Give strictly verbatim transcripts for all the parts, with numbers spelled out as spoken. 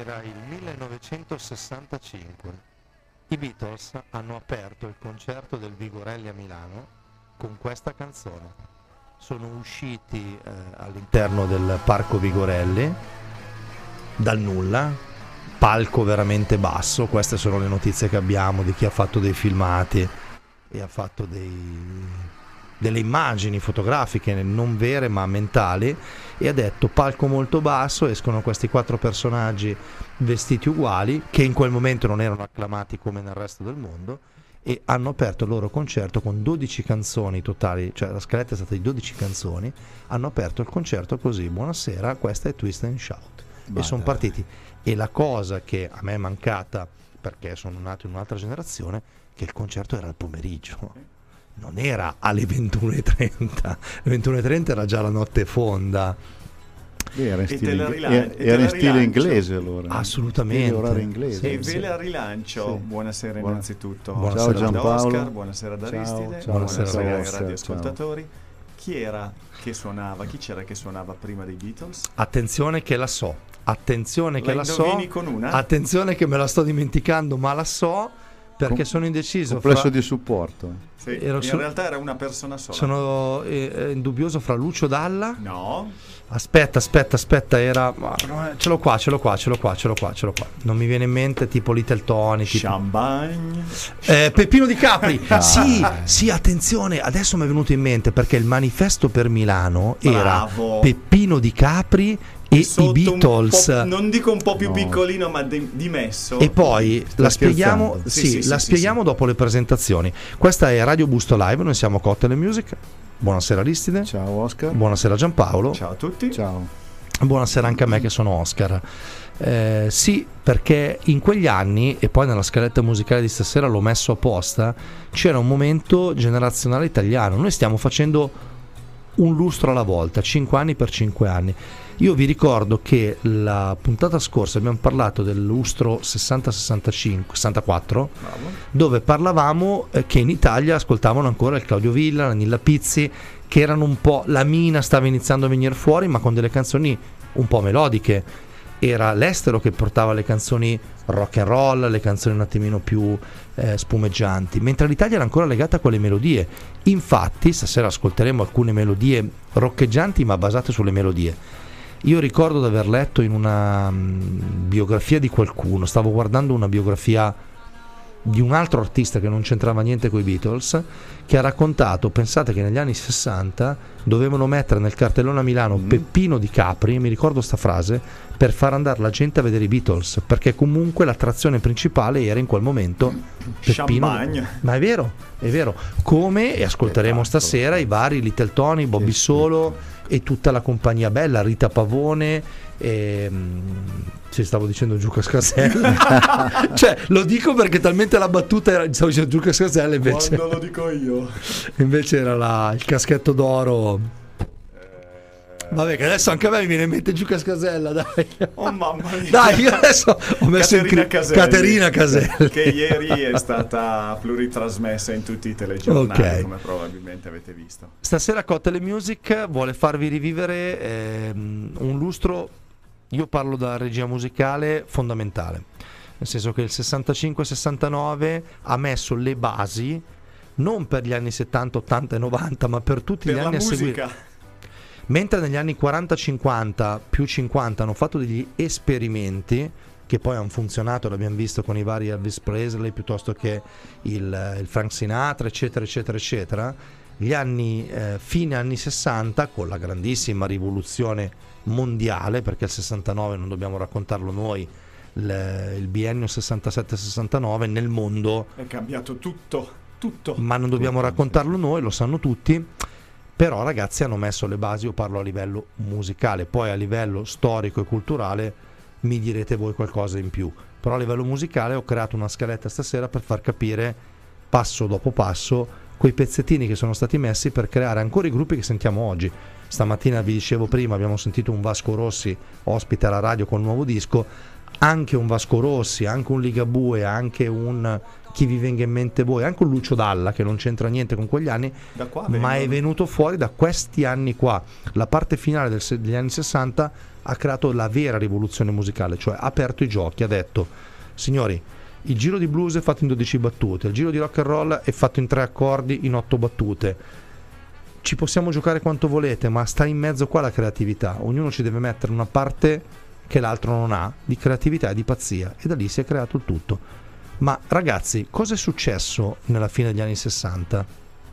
Era il millenovecentosessantacinque. I Beatles hanno aperto il concerto del Vigorelli a Milano con questa canzone. Sono usciti eh, all'interno del Parco Vigorelli dal nulla, palco veramente basso. Queste sono le notizie che abbiamo di chi ha fatto dei filmati e ha fatto dei, delle immagini fotografiche non vere ma mentali, e ha detto palco molto basso, escono questi quattro personaggi vestiti uguali che in quel momento non erano acclamati come nel resto del mondo, e hanno aperto il loro concerto con dodici canzoni totali, cioè la scaletta è stata di dodici canzoni. Hanno aperto il concerto così: buonasera, questa è Twist and Shout. Bah, e sono partiti. E la cosa che a me è mancata, perché sono nato in un'altra generazione, che il concerto era al pomeriggio, non era alle ventuno e trenta. Le ventuno e trenta era già la notte fonda. Era in E te stile, la ing- rilan- era- e te era la in stile rilancio. inglese allora. Assolutamente. Orario inglese. E Sì, ve sì. la rilancio. Sì. Buonasera Buona- innanzitutto. Buonasera. Ciao da Giampaolo. Oscar, buonasera ad Ciao, Aristide, ciao. Buonasera, buonasera ai Oscar, radioascoltatori. Chi era che suonava? Chi c'era che suonava prima dei Beatles? Attenzione che la so, attenzione che La la so, indovini con una? attenzione che me la sto dimenticando, ma la so perché Com- sono indeciso. Complesso fra- di supporto. Sì, Ero in su- realtà era una persona sola. Sono eh, eh, dubbioso fra Lucio Dalla. No, Aspetta, aspetta, aspetta, era. ma no, Ce l'ho qua, ce l'ho qua, ce l'ho qua, ce l'ho qua, ce l'ho qua. Non mi viene in mente, tipo Little Tony. Tipo... Champagne. Eh, Peppino Di Capri. Sì, sì, attenzione, adesso mi è venuto in mente perché il manifesto per Milano era Bravo. Peppino Di Capri e Sotto i Beatles. un po', non dico un po' più No. piccolino, ma de- dimesso. E poi la spieghiamo, scherzando? sì, Sì, sì, la sì, spieghiamo sì, dopo le presentazioni. Questa è Radio Busto Live, noi siamo Cocktail and Music. Buonasera Aristide. Ciao Oscar. Buonasera Giampaolo. Ciao a tutti. Ciao. Buonasera anche a me che sono Oscar. Eh, sì, perché in quegli anni, e poi nella scaletta musicale di stasera l'ho messo apposta, c'era un momento generazionale italiano. Noi stiamo facendo un lustro alla volta, cinque anni per cinque anni. Io vi ricordo che la puntata scorsa abbiamo parlato del lustro sessanta sessantacinque sessantaquattro, Bravo. dove parlavamo eh, che in Italia ascoltavano ancora il Claudio Villa, la Nilla Pizzi, che erano un po', la mina stava iniziando a venire fuori, ma con delle canzoni un po' melodiche. Era l'estero che portava le canzoni rock and roll, le canzoni un attimino più eh, spumeggianti, mentre l'Italia era ancora legata a quelle melodie. Infatti stasera ascolteremo alcune melodie roccheggianti ma basate sulle melodie. Io ricordo di aver letto in una mh, biografia di qualcuno, stavo guardando una biografia di un altro artista che non c'entrava niente con i Beatles, che ha raccontato, pensate che negli anni sessanta dovevano mettere nel cartellone a Milano Mm. Peppino Di Capri, mi ricordo sta frase, per far andare la gente a vedere i Beatles, perché comunque l'attrazione principale era in quel momento Peppino. Champagne. Ma è vero, è vero, come, e ascolteremo Spettacolo. stasera, i vari Little Tony, Bobby Che Solo e tutta la compagnia bella, Rita Pavone, e, mm, sì, stavo dicendo Giuca Scasella. Cioè lo dico perché talmente la battuta era, stavo dicendo Giuca Scasella, invece, Quando lo dico io. invece era la, il caschetto d'oro. Vabbè, che adesso anche a me mi viene in mente Giuca Scasella, dai. Oh mamma mia. Dai, io adesso ho messo in Caterina cri- Caselli. Caterina Caselli. Che ieri è stata pluritrasmessa in tutti i telegiornali, Ok. come probabilmente avete visto. Stasera Cocktail Music vuole farvi rivivere ehm, un lustro, io parlo da regia musicale, fondamentale. Nel senso che il sessantacinque sessantanove ha messo le basi non per gli anni settanta, ottanta e novanta, ma per tutti Per gli la anni a seguire. musica. Mentre negli anni quaranta cinquanta più cinquanta hanno fatto degli esperimenti che poi hanno funzionato, l'abbiamo visto con i vari Elvis Presley piuttosto che il, il Frank Sinatra, eccetera eccetera eccetera, gli anni eh, fine anni sessanta, con la grandissima rivoluzione mondiale, perché il sessantanove non dobbiamo raccontarlo noi, il, il biennio sessantasette sessantanove nel mondo, È cambiato tutto, tutto. ma non dobbiamo Tutto, raccontarlo noi, lo sanno tutti. Però ragazzi hanno messo le basi, io parlo a livello musicale, poi a livello storico e culturale mi direte voi qualcosa in più, però a livello musicale ho creato una scaletta stasera per far capire passo dopo passo quei pezzettini che sono stati messi per creare ancora i gruppi che sentiamo oggi. Stamattina vi dicevo prima, abbiamo sentito un Vasco Rossi ospite alla radio con un nuovo disco, anche un Vasco Rossi, anche un Ligabue, anche un chi vi venga in mente voi, anche un Lucio Dalla che non c'entra niente con quegli anni, Da qua ma vengono. è venuto fuori da questi anni qua. La parte finale del se- degli anni sessanta ha creato la vera rivoluzione musicale, cioè ha aperto i giochi, ha detto signori, il giro di blues è fatto in dodici battute, il giro di rock and roll è fatto in tre accordi in otto battute, ci possiamo giocare quanto volete, ma sta in mezzo qua la creatività, ognuno ci deve mettere una parte che l'altro non ha, di creatività e di pazzia, e da lì si è creato il tutto. Ma ragazzi, cosa è successo nella fine degli anni sessanta?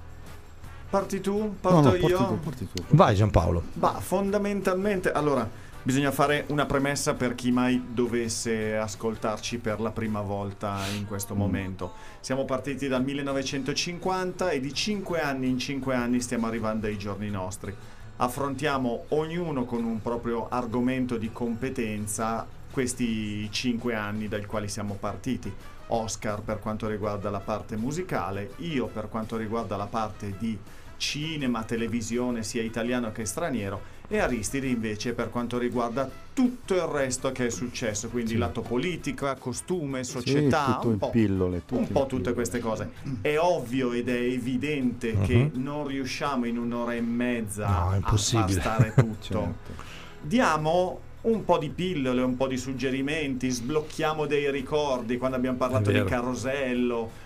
Parti tu? No, Parto no, io? porti tu, porti tu. Vai Giampaolo. Bah, fondamentalmente, allora, bisogna fare una premessa per chi mai dovesse ascoltarci per la prima volta in questo Mm. momento. Siamo partiti dal millenovecentocinquanta e di cinque anni in cinque anni stiamo arrivando ai giorni nostri. Affrontiamo ognuno con un proprio argomento di competenza questi cinque anni dai quali siamo partiti. Oscar per quanto riguarda la parte musicale, io per quanto riguarda la parte di cinema, televisione sia italiano che straniero, e Aristide invece per quanto riguarda tutto il resto che è successo, quindi Sì. lato politica, costume, Sì, società, tutto un in po', pillole, tutto un in po' tutte pillole. queste cose. È ovvio ed è evidente Mhm. che non riusciamo in un'ora e mezza No, è a far impossibile. stare tutto. Certo. Diamo un po' di pillole, un po' di suggerimenti, sblocchiamo dei ricordi quando abbiamo parlato È di vero. Carosello,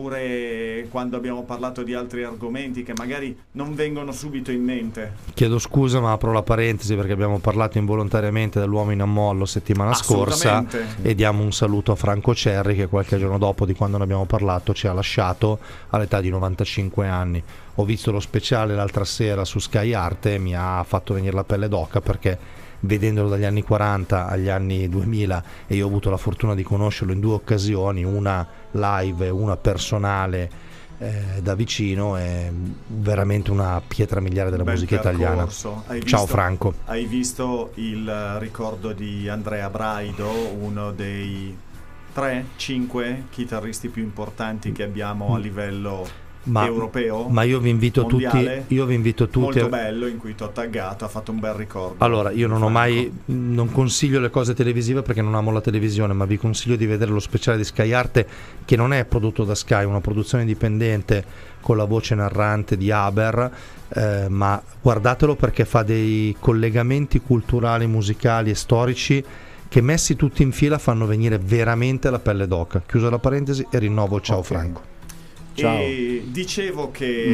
oppure quando abbiamo parlato di altri argomenti che magari non vengono subito in mente. Chiedo scusa ma apro la parentesi perché abbiamo parlato involontariamente dell'uomo in ammollo settimana scorsa Assolutamente. e diamo un saluto a Franco Cerri che qualche giorno dopo di quando ne abbiamo parlato ci ha lasciato all'età di novantacinque anni. Ho visto lo speciale l'altra sera su Sky Arte e mi ha fatto venire la pelle d'oca perché vedendolo dagli anni quaranta agli anni duemila, e io ho avuto la fortuna di conoscerlo in due occasioni, una live e una personale eh, da vicino, è veramente una pietra miliare della Bel musica italiana. percorso. Hai Ciao visto- Franco. Hai visto il ricordo di Andrea Braido, uno dei tre, cinque chitarristi più importanti che abbiamo a livello Ma, europeo? ma io vi invito mondiale? tutti, io vi invito tutti Molto a- bello, in cui ti ho taggato, ha fatto un bel ricordo. Allora, io non ho Franco. mai, non consiglio le cose televisive perché non amo la televisione, ma vi consiglio di vedere lo speciale di Sky Arte, che non è prodotto da Sky, è una produzione indipendente con la voce narrante di Haber, eh, ma guardatelo perché fa dei collegamenti culturali, musicali e storici che messi tutti in fila fanno venire veramente la pelle d'oca. Chiusa la parentesi e rinnovo ciao Ok. Franco. Ciao. E dicevo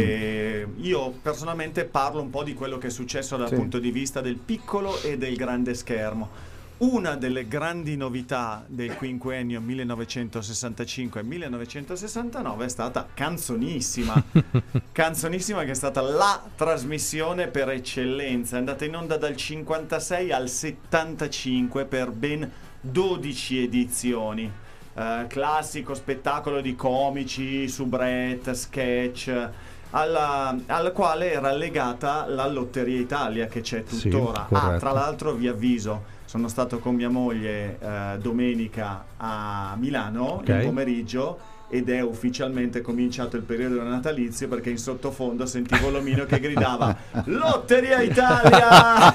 che io personalmente parlo un po' di quello che è successo dal Sì. punto di vista del piccolo e del grande schermo. Una delle grandi novità del quinquennio millenovecentosessantacinque millenovecentosessantanove è stata Canzonissima. Canzonissima che è stata la trasmissione per eccellenza, è andata in onda dal cinquantasei al settantacinque per ben dodici edizioni. Eh, classico spettacolo di comici, soubrette, sketch, alla- al quale era legata la Lotteria Italia che c'è Sì, tuttora. Ah, corretto. tra l'altro vi avviso, sono stato con mia moglie eh, domenica a Milano Ok. in pomeriggio ed è ufficialmente cominciato il periodo natalizio perché in sottofondo sentivo l'omino che gridava Lotteria Italia!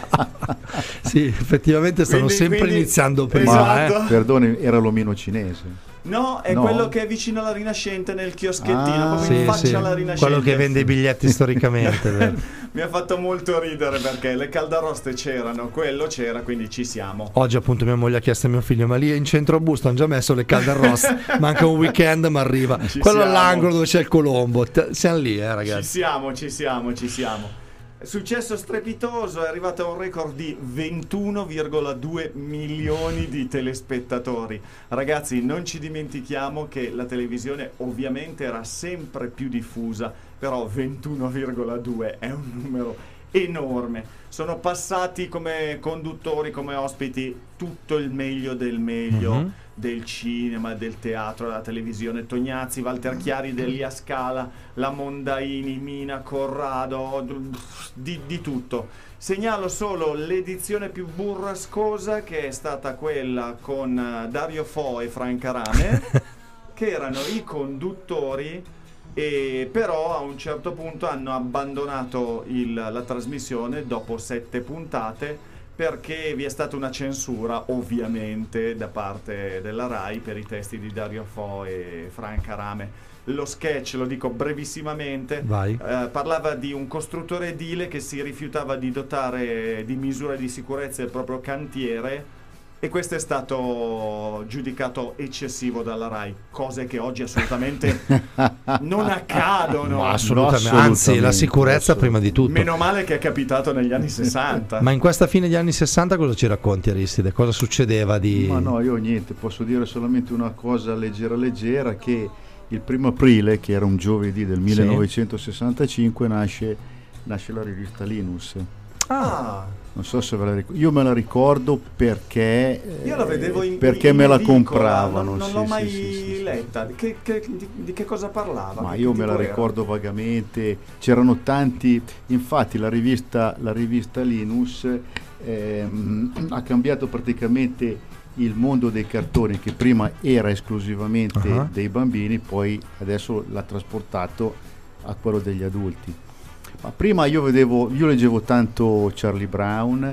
Sì, effettivamente stanno Quindi- sempre quindi- iniziando prima, esatto. eh. Perdoni, era l'omino cinese. No, è No? quello che è vicino alla Rinascente nel chioschettino, Ah. proprio Sì, in faccia sì, alla Rinascente. quello che vende i biglietti storicamente, vero? Mi ha fatto molto ridere perché le caldaroste c'erano, quello c'era, quindi ci siamo. Oggi appunto mia moglie ha chiesto a mio figlio: ma lì in centro a Busto hanno già messo le calde arroste, manca un weekend ma arriva Ci quello siamo. all'angolo dove c'è il Colombo. T- siamo lì, eh Ci ragazzi. siamo, ci siamo, ci siamo. Successo strepitoso, è arrivato a un record di ventuno virgola due milioni di telespettatori. Ragazzi, non ci dimentichiamo che la televisione ovviamente era sempre più diffusa, però ventuno virgola due è un numero enorme. Sono passati come conduttori, come ospiti, tutto il meglio del meglio Mhm. del cinema, del teatro, della televisione. Tognazzi, Walter Chiari, Delia Scala, la Mondaini, Mina Corrado, di, di tutto. Segnalo solo l'edizione più burrascosa che è stata quella con eh, Dario Fo e Franca Rame, che erano i conduttori, e però a un certo punto hanno abbandonato il- la trasmissione dopo sette puntate perché vi è stata una censura ovviamente da parte della Rai per i testi di Dario Fo e Franca Rame. Lo sketch, lo dico brevissimamente, Vai. eh, parlava di un costruttore edile che si rifiutava di dotare di misure di sicurezza il proprio cantiere, e questo è stato giudicato eccessivo dalla Rai, cose che oggi assolutamente non accadono. Ma assolutamente. No, Anzi, la sicurezza assolutamente. prima di tutto. Meno male che è capitato negli anni sessanta. Ma in questa fine degli anni sessanta cosa ci racconti, Aristide? Cosa succedeva di... Ma no, io niente, posso dire solamente una cosa leggera leggera, che il primo aprile, che era un giovedì del millenovecentosessantacinque, nasce, nasce la rivista Linus. Ah, Non so se ve la ricordo. Io me la ricordo perché io la vedevo in perché in me la edicola, compravano. Non, non sì, l'ho sì, mai sì, sì, sì. letta. Di che, che- di, di che cosa parlava? Ma Che io tipo me la era? ricordo vagamente, c'erano tanti, infatti la rivista, la rivista Linus ehm, ha cambiato praticamente il mondo dei cartoni, che prima era esclusivamente Uh-huh. dei bambini, poi adesso l'ha trasportato a quello degli adulti. Ma prima io vedevo, io leggevo tanto Charlie Brown,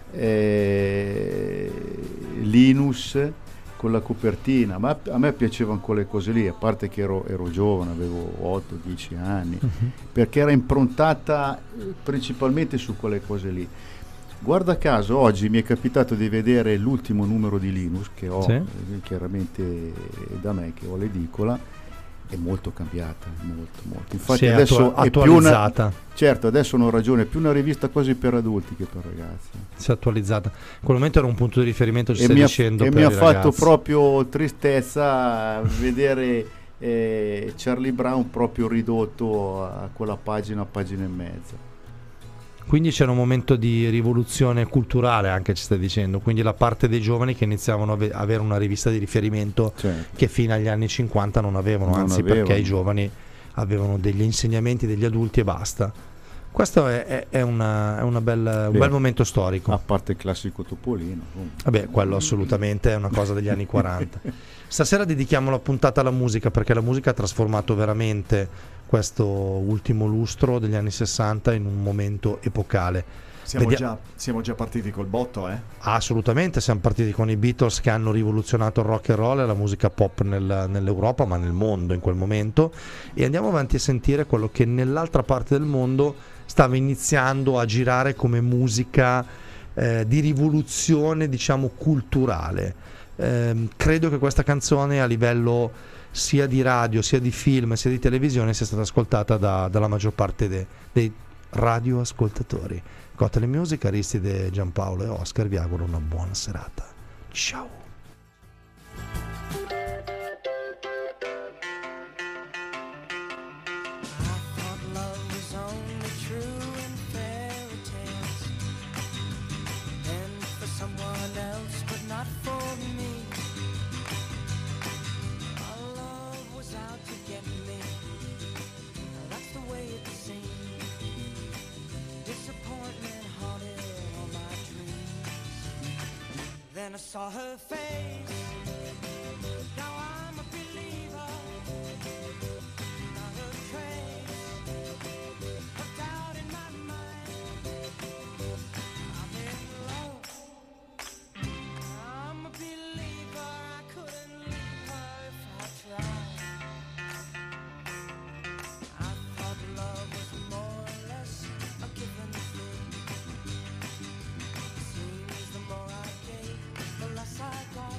eh, Linus con la copertina, ma a me piacevano quelle cose lì, a parte che ero, ero giovane, avevo otto dieci anni, Mhm. perché era improntata eh, principalmente su quelle cose lì. Guarda caso, oggi mi è capitato di vedere l'ultimo numero di Linus, che ho Sì. eh, chiaramente da me, che ho l'edicola, è molto cambiata, molto, molto. Infatti Sì, è adesso attua- è più una, attualizzata. certo, adesso hanno ragione, è più una rivista quasi per adulti che per ragazzi. Si è attualizzata. In quel momento era un punto di riferimento, ci E stai mi ha, dicendo, e per mi ha i fatto ragazzi. proprio tristezza vedere eh, Charlie Brown proprio ridotto a quella pagina, pagina e mezza. Quindi c'era un momento di rivoluzione culturale, anche ci stai dicendo, quindi la parte dei giovani che iniziavano a ave- avere una rivista di riferimento Certo. che fino agli anni cinquanta non avevano, Non anzi avevano. perché i giovani avevano degli insegnamenti degli adulti e basta. Questo è, è- è una, è una bella- un Sì. bel momento storico. A parte il classico Topolino. comunque. Vabbè, quello assolutamente è una cosa degli anni quaranta. Stasera dedichiamo la puntata alla musica, perché la musica ha trasformato veramente questo ultimo lustro degli anni sessanta in un momento epocale. Siamo, Vedia- già, siamo già partiti col botto, eh? Assolutamente, siamo partiti con i Beatles che hanno rivoluzionato il rock and roll e la musica pop nel- nell'Europa, ma nel mondo in quel momento, e andiamo avanti a sentire quello che nell'altra parte del mondo stava iniziando a girare come musica eh, di rivoluzione, diciamo, culturale. Ehm, credo che questa canzone a livello sia di radio, sia di film, sia di televisione sia stata ascoltata da- dalla maggior parte de- dei radioascoltatori. Cotele Music, Aristide, Giampaolo e Oscar vi auguro una buona serata. Ciao. I thought love was only true in fairy tales, and for someone else, but not for me. Our love was out to get me. That's the way it seemed. Disappointment haunted all my dreams. Then I saw her face. Now I'm a believer. Not a trace of doubt in my mind. I'm in love. I'm a believer. I couldn't leave her if I tried. I thought love was more or less a given thing. Seems the more I gave, the less I got.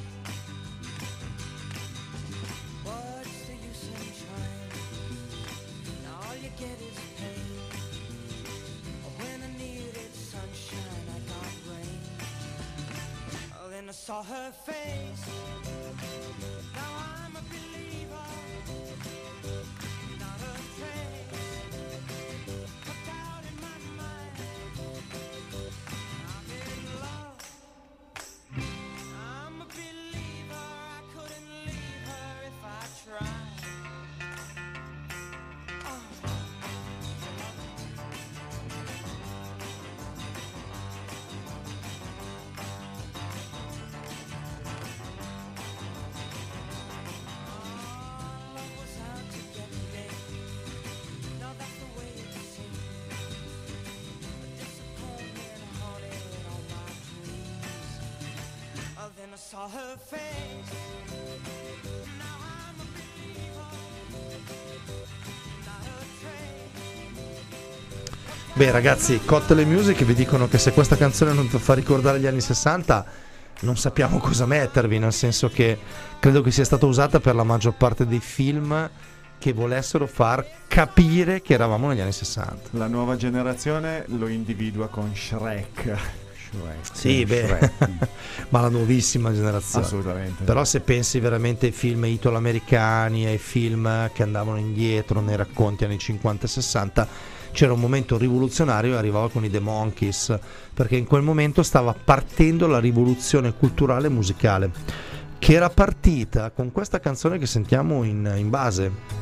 What's the use in trying? Now all you get is pain. When I needed sunshine, I got rain. Oh, then I saw her face. Now I'm a believer. Not a trace of doubt in my mind. I'm in love. I'm a believer. I couldn't leave her if I tried. Oh. Love was out to get me. I saw her face. Now I'm a believer, not a trace. Beh ragazzi, Cocktail Music vi dicono che se questa canzone non vi fa ricordare gli anni sessanta non sappiamo cosa mettervi, nel senso che credo che sia stata usata per la maggior parte dei film che volessero far capire che eravamo negli anni sessanta. La nuova generazione lo individua con Shrek. Shrek, Sì, beh, Shrek. ma la nuovissima generazione. Assolutamente. Però se pensi veramente ai film italo-americani, ai film che andavano indietro nei racconti anni cinquanta e sessanta, c'era un momento rivoluzionario e arrivava con i The Monkees, perché in quel momento stava partendo la rivoluzione culturale e musicale, che era partita con questa canzone che sentiamo in, in base.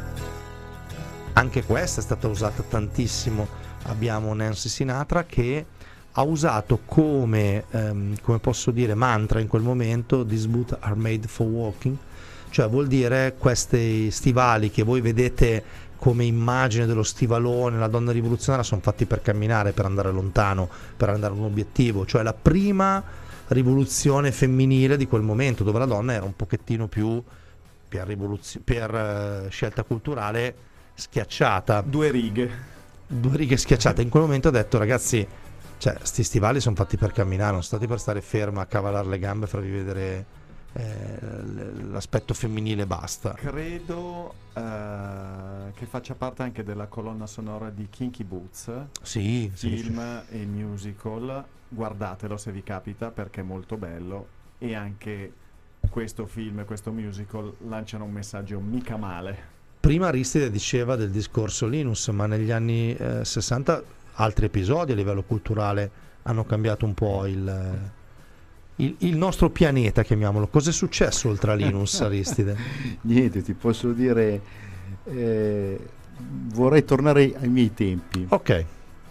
Anche questa è stata usata tantissimo. Abbiamo Nancy Sinatra che ha usato come, ehm, come posso dire, mantra in quel momento: "These boots are made for walking", cioè vuol dire questi stivali che voi vedete come immagine dello stivalone, la donna rivoluzionaria, sono fatti per camminare, per andare lontano, per andare a un obiettivo, cioè la prima rivoluzione femminile di quel momento, dove la donna era un pochettino più per, rivoluzio- per uh, scelta culturale schiacciata, Due righe. due righe schiacciate. In quel momento ha detto: ragazzi, cioè sti stivali sono fatti per camminare, non sono stati per stare ferma a cavalare le gambe e farvi vedere eh, l'aspetto femminile, basta. Credo eh, che faccia parte anche della colonna sonora di Kinky Boots, Sì, sì, film sì. e musical. Guardatelo se vi capita, perché è molto bello, e anche questo film e questo musical lanciano un messaggio mica male. Prima Aristide diceva del discorso Linus, ma negli anni eh, sessanta altri episodi a livello culturale hanno cambiato un po' il, il, il nostro pianeta, chiamiamolo. Cos'è successo oltre a Linus, Aristide? Niente, ti posso dire, eh, vorrei tornare ai miei tempi, Ok.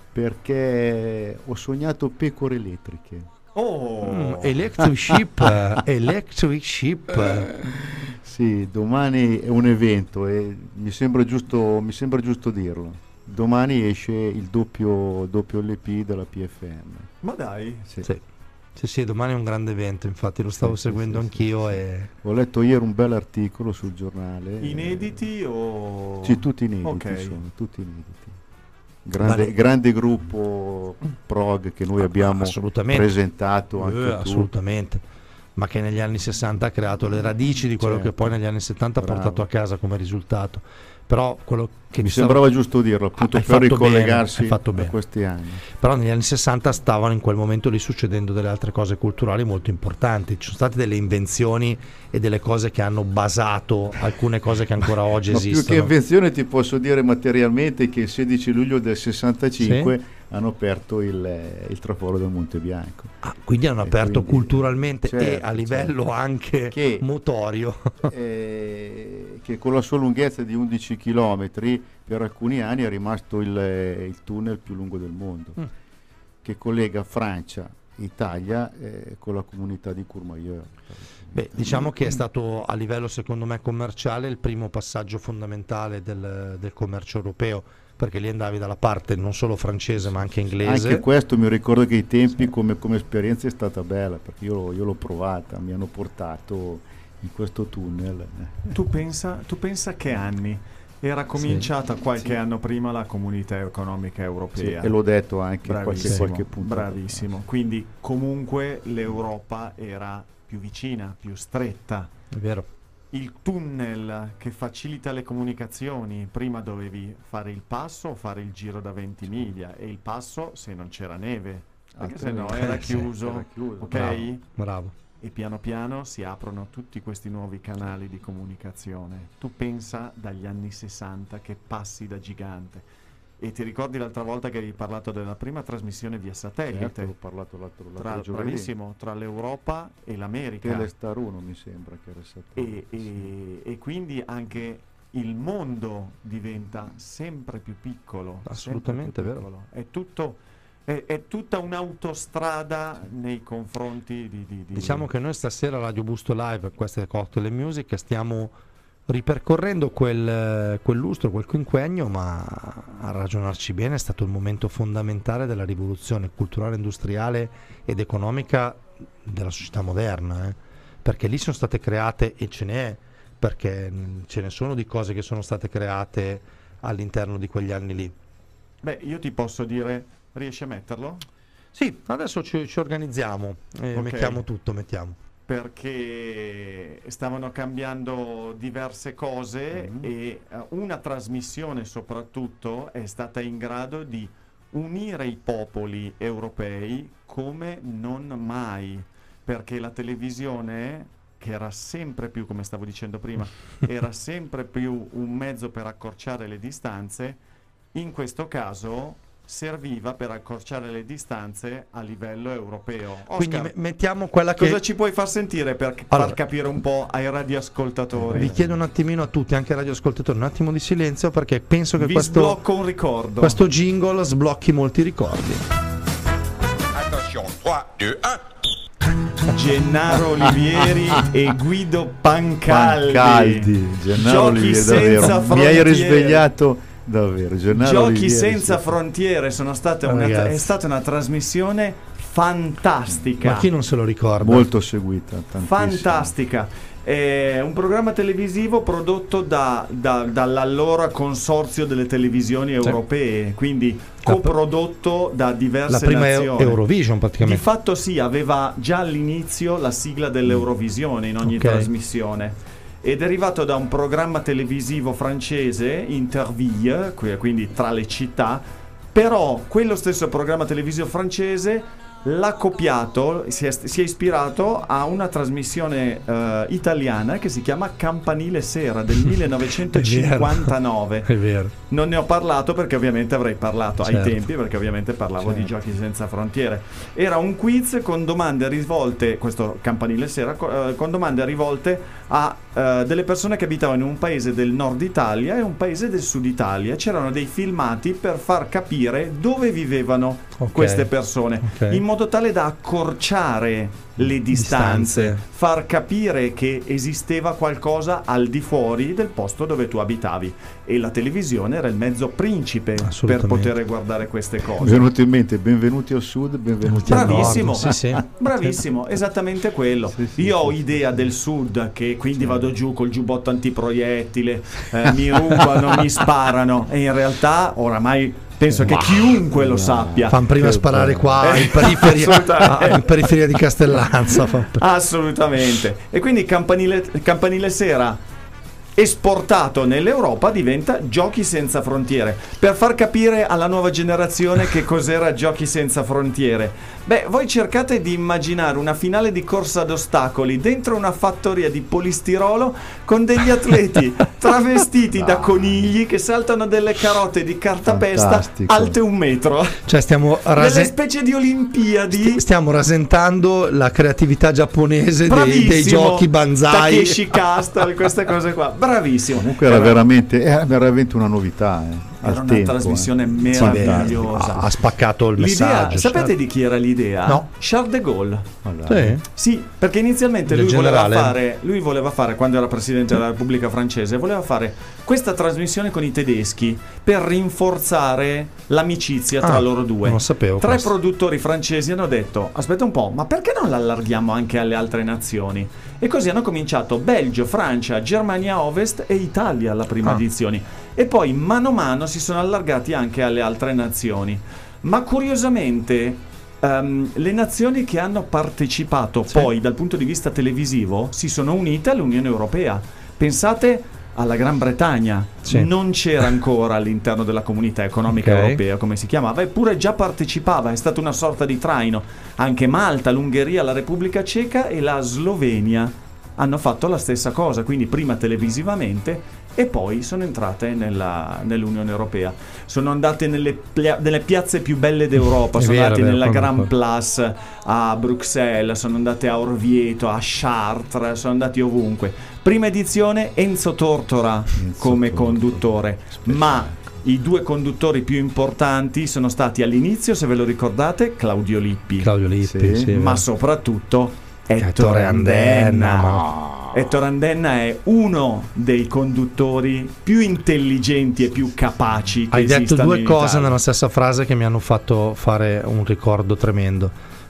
perché ho sognato pecore elettriche. Oh! Mm, electric ship, electric ship. Sì, domani è un evento e mi sembra giusto, mi sembra giusto dirlo. Domani esce il doppio, doppio L P della P F M. Ma dai, Sì. Sì. Sì, sì, domani è un grande evento, infatti lo stavo Sì, sì, seguendo sì, anch'io sì, e Ho letto ieri un bel articolo sul giornale. inediti o... Sì, tutti inediti Ok. sono, tutti inediti. Grande, Vale. grande gruppo prog che noi abbiamo assolutamente. presentato anche Eh, tu. assolutamente, ma che negli anni sessanta ha creato le radici di quello Certo. che poi negli anni settanta ha Bravo. portato a casa come risultato. Però quello che Mi ti stavo- sembrava giusto dirlo, appunto, Hai per fatto bene, ricollegarsi hai fatto a bene. questi anni. Però negli anni sessanta stavano in quel momento lì succedendo delle altre cose culturali molto importanti. Ci sono state delle invenzioni e delle cose che hanno basato alcune cose che ancora oggi Ma più che esistono. invenzione ti posso dire materialmente che il sedici luglio del sessantacinque hanno aperto il, il traforo del Monte Bianco. Ah, quindi hanno E aperto quindi- culturalmente e certo, a livello certo. anche Che- motorio. Eh, che con la sua lunghezza di undici chilometri per alcuni anni è rimasto il, il tunnel più lungo del mondo, Mm. che collega Francia e Italia eh, con la comunità di Courmayeur. Beh, diciamo che è stato a livello secondo me commerciale il primo passaggio fondamentale del, del commercio europeo, perché lì andavi dalla parte non solo francese ma anche inglese. Anche questo mi ricordo che ai tempi come, come esperienza è stata bella, perché io, io l'ho provata, mi hanno portato in questo tunnel. Tu pensa, tu pensa che anni? Era cominciata qualche Sì. anno prima la comunità economica Sì, europea. e l'ho detto anche qualche, Bravissimo, qualche punto. bravissimo. Quindi comunque l'Europa era più vicina, più stretta. È vero. Il tunnel che facilita le comunicazioni, prima dovevi fare il passo o fare il giro da venti miglia, e il passo se non c'era neve, perché se no era Sì, chiuso, era chiuso. ok? Bravo. Bravo. E piano piano si aprono tutti questi nuovi canali di comunicazione. Tu pensa dagli anni sessanta che passi da gigante. E ti ricordi l'altra volta che avevi parlato della prima trasmissione via satellite? Certo, ho parlato l'altro, l'altro tra, giovedì. bravissimo, tra l'Europa e l'America. Telestar uno mi sembra che era stato. E, e- e quindi anche il mondo diventa sempre più piccolo. Assolutamente, sempre più vero. piccolo. È tutto, è, è tutta un'autostrada nei confronti di, di- di- Diciamo che noi stasera a Radio Busto Live, queste Cocktail Music, stiamo ripercorrendo quel, quel lustro, quel quinquennio, ma a ragionarci bene è stato il momento fondamentale della rivoluzione culturale, industriale ed economica della società moderna, eh, perché lì sono state create, e ce n'è, perché mh, ce ne sono di cose che sono state create all'interno di quegli anni lì. Beh, io ti posso dire, riesci a metterlo? Sì, adesso ci, ci organizziamo, e Ok. mettiamo tutto, mettiamo. Perché stavano cambiando diverse cose Mhm. e eh, una trasmissione soprattutto è stata in grado di unire i popoli europei come non mai, perché la televisione, che era sempre più, come stavo dicendo prima, era sempre più un mezzo per accorciare le distanze, in questo caso serviva per accorciare le distanze a livello europeo. Quindi Oscar, me- mettiamo quella che... cosa ci puoi far sentire per c- Allora, far capire un po' ai radioascoltatori? vi chiedo un attimino a tutti, anche ai radioascoltatori, un attimo di silenzio, perché penso che Vi questo, sblocco un ricordo. questo jingle sblocchi molti ricordi. Attention, tre, due, un. Gennaro Olivieri e Guido Pancaldi. Pancaldi, Gennaro Giochi Olivieri, senza davvero. Mi hai frontiere. risvegliato davvero. Gennaro Giochi Olivieri, senza sì. frontiere sono state una, Ragazzi. è stata una trasmissione fantastica. Ma chi non se lo ricorda? Molto seguita, tantissimo. Fantastica. È un programma televisivo prodotto da, da- dall'allora consorzio delle televisioni europee, quindi La- coprodotto da diverse La prima Eu- nazioni. Eurovision Di praticamente. fatto sì, aveva già all'inizio la sigla dell'Eurovisione in ogni Ok. trasmissione. È derivato da un programma televisivo francese, Interville, qui- quindi tra le città, però quello stesso programma televisivo francese l'ha copiato, si è, si è ispirato a una trasmissione eh, italiana che si chiama Campanile Sera del millenovecentocinquantanove. È vero. Non ne ho parlato perché ovviamente avrei parlato ai Certo. tempi, perché ovviamente parlavo di Certo. Giochi Senza Frontiere. Era un quiz con domande rivolte, questo Campanile Sera, co- eh, con domande rivolte a eh, delle persone che abitavano in un paese del nord Italia e un paese del sud Italia. C'erano dei filmati per far capire dove vivevano Ok. queste persone, Ok. in modo tale da accorciare le distanze, Distanze. far capire che esisteva qualcosa al di fuori del posto dove tu abitavi, e la televisione era il mezzo principe per Assolutamente. poter guardare queste Mi è cose. venuto in mente benvenuti al sud, benvenuti al nord. Bravissimo, Sì, sì. bravissimo, esattamente quello. Sì, sì, Io ho sì, idea del sud, che quindi vado giù col giubbotto antiproiettile, eh, mi rubano, mi sparano, e in realtà oramai penso che chiunque lo sappia. Fanno prima Che sparare bello. qua Eh, in periferia, assolutamente. ah, in periferia di Castellanza. Fa- Assolutamente. E quindi Campanile, Campanile Sera esportato nell'Europa diventa Giochi Senza Frontiere, per far capire alla nuova generazione che cos'era Giochi Senza Frontiere. Beh, voi cercate di immaginare una finale di corsa ad ostacoli dentro una fattoria di polistirolo con degli atleti travestiti da conigli che saltano delle carote di cartapesta Fantastico. alte un metro. Cioè stiamo, Delle rase- specie di Olimpiadi. sti- stiamo rasentando la creatività giapponese dei, dei Bravissimo. giochi banzai. Takeshi Castle, queste cose qua. Bravissimo. Comunque era veramente, era veramente una novità. Eh, Era al una tempo, trasmissione eh. meravigliosa. ha, ha spaccato il L'idea, messaggio. sapete certo. di chi era l'idea? No. Charles de Gaulle. Ma dai. Sì. Sì, perché inizialmente Del lui voleva, generale? fare, lui voleva fare, quando era presidente della Repubblica Francese, voleva fare questa trasmissione con i tedeschi per rinforzare l'amicizia tra Ah, loro due. non lo sapevo Tre questo. produttori francesi hanno detto: aspetta un po', ma perché non l'allarghiamo anche alle altre nazioni? E così hanno cominciato Belgio, Francia, Germania Ovest e Italia alla prima Ah. edizione. E poi mano a mano si sono allargati anche alle altre nazioni. Ma curiosamente ehm, le nazioni che hanno partecipato Sì. poi dal punto di vista televisivo si sono unite all'Unione Europea. Pensate alla Gran Bretagna, Sì. non c'era ancora all'interno della Comunità Economica Ok. Europea, come si chiamava, eppure già partecipava, è stata una sorta di traino. Anche Malta, l'Ungheria, la Repubblica Ceca e la Slovenia hanno fatto la stessa cosa, quindi prima televisivamente e poi sono entrate nella- nell'Unione Europea. Sono andate nelle, plia- nelle piazze più belle d'Europa, È sono vero, andate è vero, nella quando- Grand Place a Bruxelles, sono andate a Orvieto, a Chartres, sono andati ovunque. Prima edizione Enzo Tortora Enzo come Tortora. conduttore, ma i due conduttori più importanti sono stati all'inizio, se ve lo ricordate, Claudio Lippi, Claudio Lippi, Sì. sì, ma vero. soprattutto Ettore Ettore Andenna, Andenna. ma- Ettore Andenna è uno dei conduttori più intelligenti e più capaci che Hai detto esistano due in cose Italia. nella stessa frase che mi hanno fatto fare un ricordo tremendo.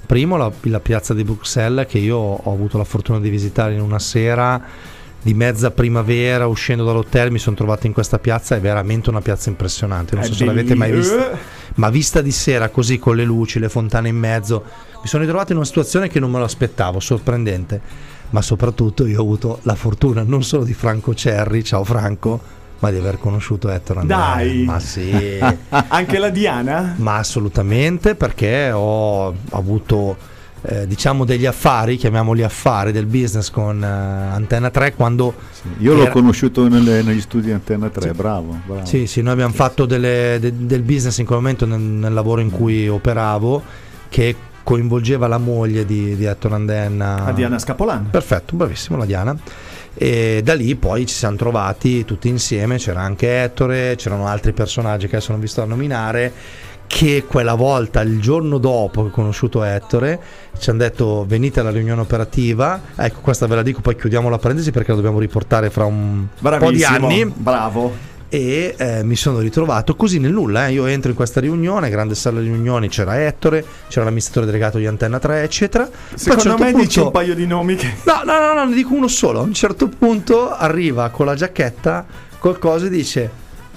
Primo la, la piazza di Bruxelles, che io ho avuto la fortuna di visitare in una sera di mezza primavera, uscendo dall'hotel mi sono trovato in questa piazza, è veramente una piazza impressionante, non È so se l'avete mai belli- vista, ma vista di sera così con le luci, le fontane in mezzo, mi sono ritrovato in una situazione che non me lo aspettavo, sorprendente, ma soprattutto io ho avuto la fortuna non solo di Franco Cerri, ciao Franco, ma di aver conosciuto Ettore Andrea. Dai! Ma sì, Anche la Diana? ma assolutamente, perché ho avuto eh, diciamo degli affari, chiamiamoli affari del business con eh, Antenna tre quando Sì, io l'ho era- conosciuto nelle- negli studi di Antenna tre, bravo, bravo. sì, sì, noi abbiamo fatto delle- de- del business in quel momento nel, nel lavoro in cui operavo, che coinvolgeva la moglie di, di Ettore Andenna. La Diana Scapolan. Perfetto, bravissimo la Diana. E da lì poi ci siamo trovati tutti insieme, c'era anche Ettore, c'erano altri personaggi che adesso non vi sto a nominare, che quella volta, il giorno dopo che ho conosciuto Ettore, ci hanno detto venite alla riunione operativa. Ecco, questa ve la dico, poi chiudiamo la parentesi perché la dobbiamo riportare fra un po' di Bravissimo. anni. Bravo. E eh, mi sono ritrovato così nel nulla, eh. Io entro in questa riunione, grande sala di riunioni, c'era Ettore, c'era l'amministratore delegato di Antenna tre, eccetera. Poi a un Secondo certo me punto- dici un paio di nomi che... No, no, no, no, ne dico uno solo. A un certo punto arriva con la giacchetta, col coso e dice: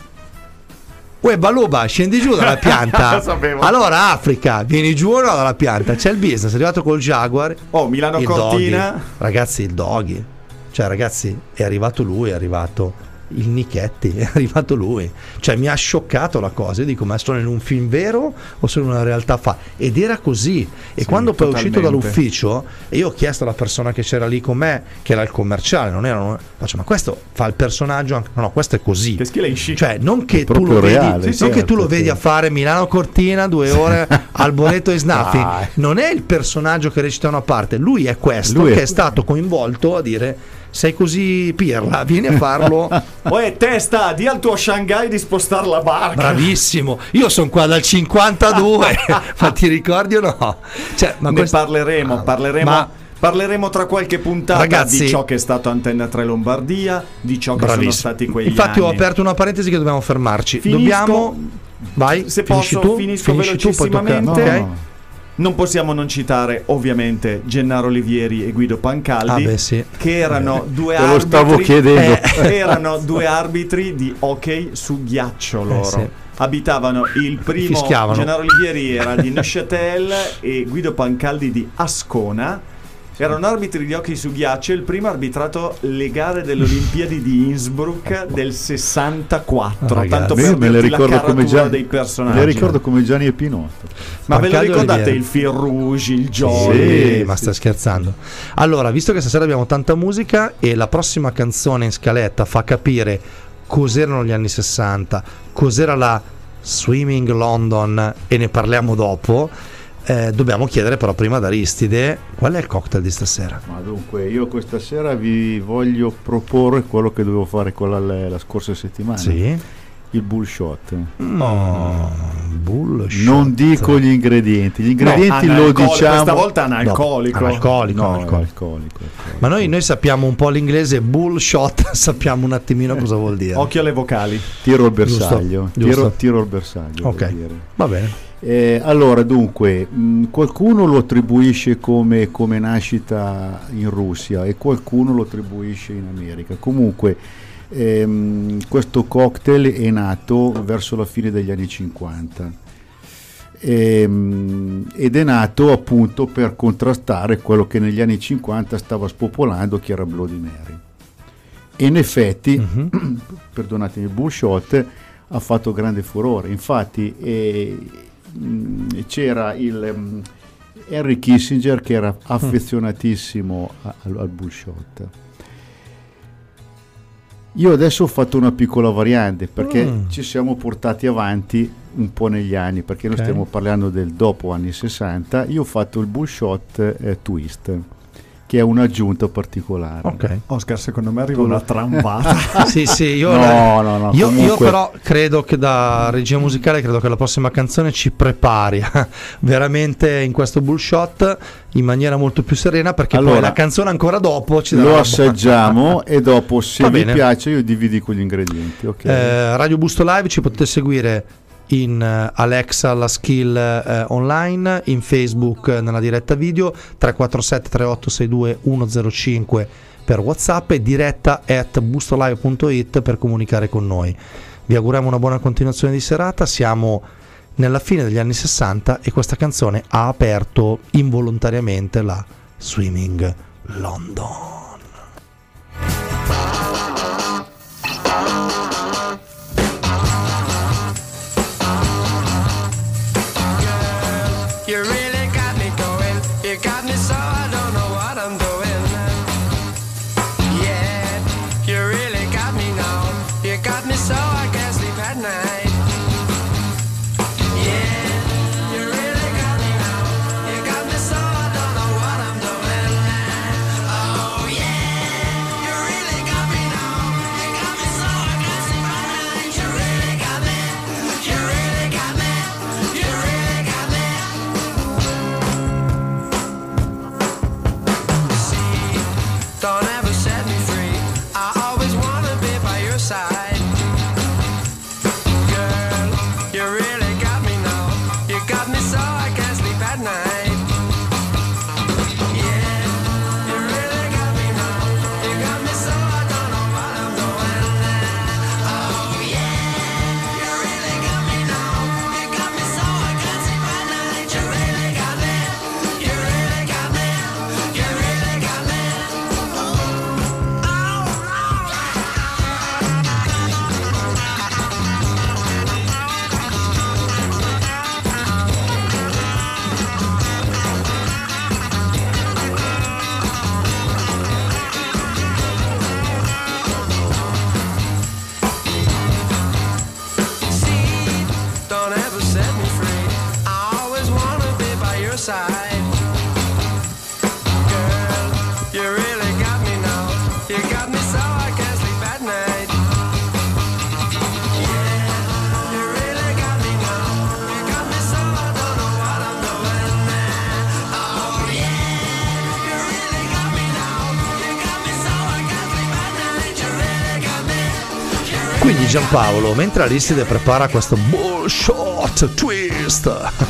Uè Baluba, scendi giù dalla pianta. Lo sapevo. Allora Africa, vieni giù o no dalla pianta? C'è il business, è arrivato col Jaguar. Oh, Milano il Cortina. Doggy. Ragazzi, il Doggy. Cioè ragazzi, è arrivato lui, è arrivato il Nichetti, è arrivato lui. Cioè mi ha scioccato la cosa. Io dico, ma sono in un film vero o sono in una realtà fa? Ed era così. E Sì, quando poi è uscito totalmente. dall'ufficio e io ho chiesto alla persona che c'era lì con me, che era il commerciale, non erano, faccio, ma questo fa il personaggio anche? No, no, questo è così. Che schile in chic. Cioè, non che È tu proprio lo vedi, reale, non certo, che tu lo vedi certo. a fare Milano Cortina due ore al Boneto e Snaffi. Dai. Non è il personaggio che recita una parte, lui è questo Lui è- che è stato coinvolto a dire: sei così pirla, vieni a farlo. Uè, testa, di al tuo Shanghai di spostare la barca. Bravissimo, io sono qua dal cinquantadue, ma ti ricordi o no? Cioè, ma Ne questo- parleremo, parleremo. Ma- Parleremo tra qualche puntata Ragazzi- di ciò che è stato Antenna tre Lombardia, di ciò che Bravissimo. sono stati quegli Infatti anni. ho aperto una parentesi che dobbiamo fermarci. Finisco- Dobbiamo Vai, se finisci posso, tu, finisco finisci tu, poi tocca- velocissimamente. ok? No. Non possiamo non citare ovviamente Gennaro Olivieri e Guido Pancaldi, Ah, beh, sì. che erano due Te lo stavo arbitri. chiedendo. Eh, erano due arbitri di hockey su ghiaccio loro. sì. Abitavano il primo Fischiavano. Gennaro Olivieri era di Neuchâtel e Guido Pancaldi di Ascona. Erano arbitri di hockey su ghiaccio. Il primo ha arbitrato le gare delle Olimpiadi di Innsbruck del sessantaquattro. Ragazzi. Tanto Io per me le dirti la ricordo come caratura Gianni, dei me personaggi. le ricordo come Gianni e Pinotto. Ma ve lo Pancaldi ricordate Olivieri. il fil rouge, il Jolly? Sì, Sì, ma stai scherzando. Allora, visto che stasera abbiamo tanta musica e la prossima canzone in scaletta fa capire cos'erano gli anni sessanta, cos'era la Swimming London e ne parliamo dopo, eh, dobbiamo chiedere però prima ad Aristide qual è il cocktail di stasera. Ma dunque, io questa sera vi voglio proporre quello che dovevo fare con la, la scorsa settimana. Sì? Il bullshot. No, bullshit. Non dico gli ingredienti, gli ingredienti No, lo analcolico, diciamo. questa volta analcolico. No, analcolico, No, analcolico. alcolico, alcolico. Ma noi, noi sappiamo un po' l'inglese, bullshot, sappiamo un attimino cosa vuol dire. Occhio alle vocali. Tiro al bersaglio. Giusto, Tiro, giusto. tiro al bersaglio. Ok. vuol dire. Va bene. Eh, allora, dunque, mh, qualcuno lo attribuisce come, come nascita in Russia e qualcuno lo attribuisce in America. Comunque, ehm, questo cocktail è nato verso la fine degli anni cinquanta. Ehm, ed è nato appunto per contrastare quello che negli anni cinquanta stava spopolando, che era Bloody Mary. E in effetti, Mhm. perdonatemi, il bullshot ha fatto grande furore. Infatti eh, mh, c'era il mh, Henry Kissinger che era affezionatissimo a- al, al bullshot. Io adesso ho fatto una piccola variante perché Mm. ci siamo portati avanti un po' negli anni, perché noi Ok. stiamo parlando del dopo anni sessanta. Io ho fatto il bullshot eh, twist, che è un'aggiunta particolare. Ok. Oscar, secondo me arriva una trambata. Sì, sì, io, No, no, no, io, io comunque- però credo che da regia musicale credo che la prossima canzone ci prepari veramente in questo bullshot in maniera molto più serena, perché poi Allora, la canzone ancora dopo ci darà Lo una assaggiamo e dopo, se Va vi bene. piace, io dividi con gli ingredienti. Ok. buona- Eh, Radio Busto Live ci potete seguire in eh, Alexa la skill eh, online, in Facebook eh, nella diretta video, tre quattro sette tre otto sei due uno zero cinque per WhatsApp e diretta at bustolive punto it per comunicare con noi. Vi auguriamo una buona continuazione di serata. Siamo nella fine degli anni sessanta e questa canzone ha aperto involontariamente la Swimming London. You really got me going. You got me so I don't know what I'm doing. Yeah, you really got me now. You got me so I can't sleep at night. Yeah, you really got me now. You got me so I don't know what I'm doing. Oh yeah, you really got me now. You got me so I can't sleep at night. You really got me. You really got me. You really got me. Don't ever set me free. I always wanna be by your side. Girl, you really got me now. You got me so I can't sleep at night. Yeah, you really got me now. You got me so I don't know what I'm doing. Oh yeah, you really got me now. You got me so I can't sleep at night. You really got me. You really got me. You really got me. See, don't ever set me free. I always wanna be by your side. Girl, you really got me now. You got me so I can't sleep at night. Yeah, you really got me now. You got me so I don't know what I'm doing. Oh yeah, you really got me now. You got me so I can't sleep at night. You really got me. You really Quindi Giampaolo, mentre Aristide prepara questo bullshot twist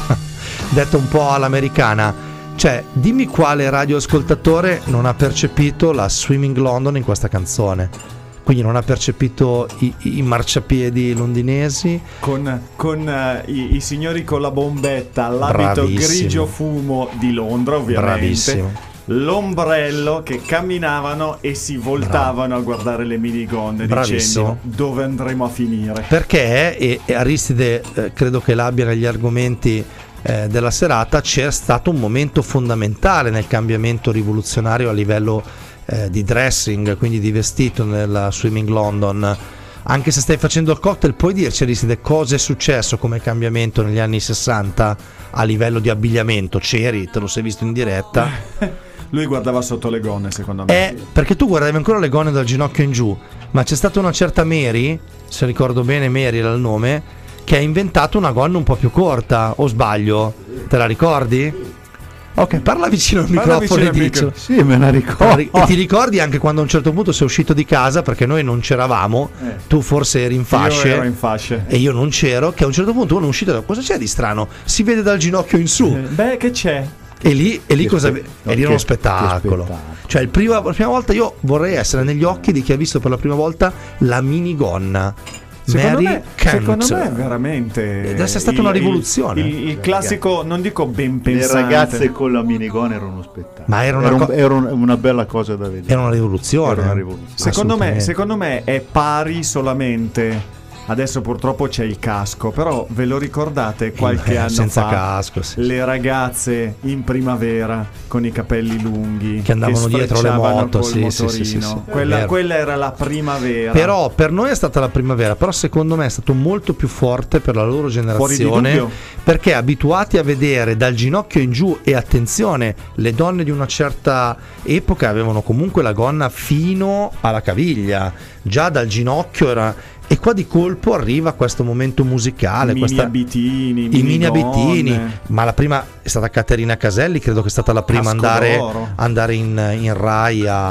detto un po' all'americana, cioè dimmi quale radioascoltatore non ha percepito la Swimming London in questa canzone, quindi non ha percepito i, i marciapiedi londinesi, Con, con eh, i, i signori con la bombetta, l'abito Bravissimo. grigio fumo di Londra ovviamente, Bravissimo. l'ombrello, che camminavano e si voltavano a guardare le minigonne Bravissimo. dicendo dove andremo a finire. perché e, e Aristide eh, credo che l'abbia negli argomenti eh, della serata, c'è stato un momento fondamentale nel cambiamento rivoluzionario a livello eh, di dressing, quindi di vestito nella Swimming London. Anche se stai facendo il cocktail, puoi dirci Aristide cosa è successo come cambiamento negli anni sessanta a livello di abbigliamento? C'eri, te lo sei visto in diretta? Lui guardava sotto le gonne, secondo me. Eh, perché tu guardavi ancora le gonne dal ginocchio in giù, ma c'è stata una certa Mary, se ricordo bene Mary era il nome, che ha inventato una gonna un po' più corta, o sbaglio? Te la ricordi? Ok, parla vicino al Parla microfono vicino al e dici. micro- Sì, me la Te la ricordo. ri- E ti ricordi anche quando a un certo punto sei uscito di casa, perché noi non c'eravamo, Eh. tu forse eri in Io fasce ero in fasce. e io non c'ero, che a un certo punto uno è uscito e ha detto, cosa c'è di strano? Si vede dal ginocchio in su. Eh, Beh, che c'è? E lì, e lì Che cosa spe- e lì che- uno che spettacolo. spettacolo. Cioè il prima, la prima volta io vorrei essere negli occhi di chi ha visto per la prima volta la minigonna. Secondo Mary me, Kent. secondo me è veramente Deve essere stata il- una il- rivoluzione. Il, il classico, non dico ben Le pensante. ragazze con la minigonna erano uno spettacolo. Ma era una un- co- era un- una bella cosa da vedere. Era una rivoluzione. Era una rivoluzione. Secondo me, Assolutamente. secondo me è pari solamente. Adesso purtroppo c'è il casco, però ve lo ricordate qualche Eh, anno senza fa? casco, sì. Le ragazze in primavera con i capelli lunghi Che andavano dietro le sfrecciavano moto, col sì, sì, motorino. sì, sì, sì. È Quella, vero. quella era la primavera. Però per noi è stata la primavera, però secondo me è stato molto più forte per la loro Fuori di generazione, dubbio. perché abituati a vedere dal ginocchio in giù, e attenzione, le donne di una certa epoca avevano comunque la gonna fino alla caviglia, già dal ginocchio era. E qua di colpo arriva questo momento musicale, mini questa, abitini, i mini minigonne. abitini, ma la prima è stata Caterina Caselli, credo che è stata la prima a Casco andare, d'oro. andare in, in Rai a,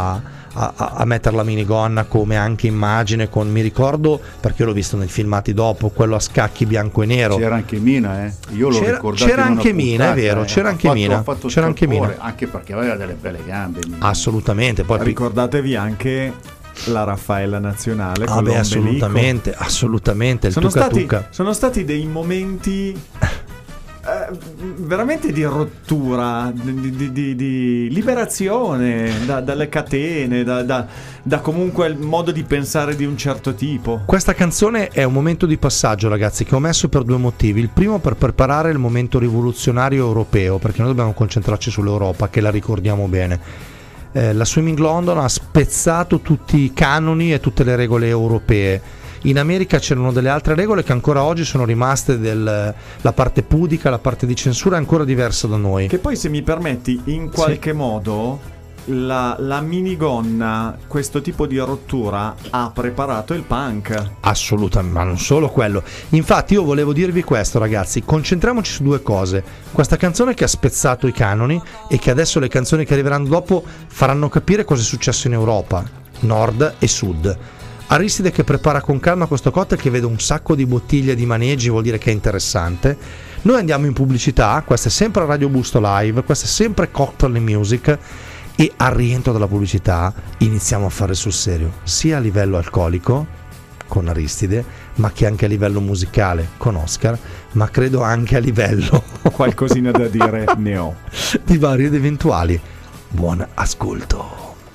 a, a, a mettere la minigonna come anche immagine con, mi ricordo perché l'ho visto nei filmati dopo, quello a scacchi bianco e nero. C'era anche Mina, eh. Io l'ho C'era- ricordato c'era in una anche Mina, puntata, è vero, eh. c'era Ha anche fatto- Mina, ha fatto c'era anche scalpore, Mina. anche perché aveva delle belle gambe. Mina. Assolutamente, poi Ricordatevi anche la Raffaella nazionale con ah, beh, l'ombelico. assolutamente, assolutamente il Sono tuca stati, tuca. sono stati dei momenti eh, veramente di rottura, di, di- di- di liberazione da- dalle catene, da, da- da comunque il modo di pensare di un certo tipo. Questa canzone è un momento di passaggio, ragazzi, che ho messo per due motivi. Il primo per preparare il momento rivoluzionario europeo, perché noi dobbiamo concentrarci sull'Europa, che la ricordiamo bene. Eh, la Swimming London ha spezzato tutti i canoni e tutte le regole europee. In America c'erano delle altre regole che ancora oggi sono rimaste, del, la parte pudica, la parte di censura è ancora diversa da noi. Che poi, se mi permetti, in qualche modo la, la minigonna, questo tipo di rottura, ha preparato il punk. Assolutamente, ma non solo quello. Infatti io volevo dirvi questo, ragazzi, concentriamoci su due cose. Questa canzone che ha spezzato i canoni e che adesso le canzoni che arriveranno dopo faranno capire cosa è successo in Europa, nord e sud. Aristide che prepara con calma questo cocktail, che vedo un sacco di bottiglie di maneggi, vuol dire che è interessante. Noi andiamo in pubblicità, questa è sempre Radio Busto Live, questa è sempre Cocktail and Music, e al rientro dalla pubblicità iniziamo a fare sul serio, sia a livello alcolico con Aristide, ma che anche a livello musicale con Oscar, ma credo anche a livello Qualcosina da dire ne ho. di vari ed eventuali. Buon ascolto.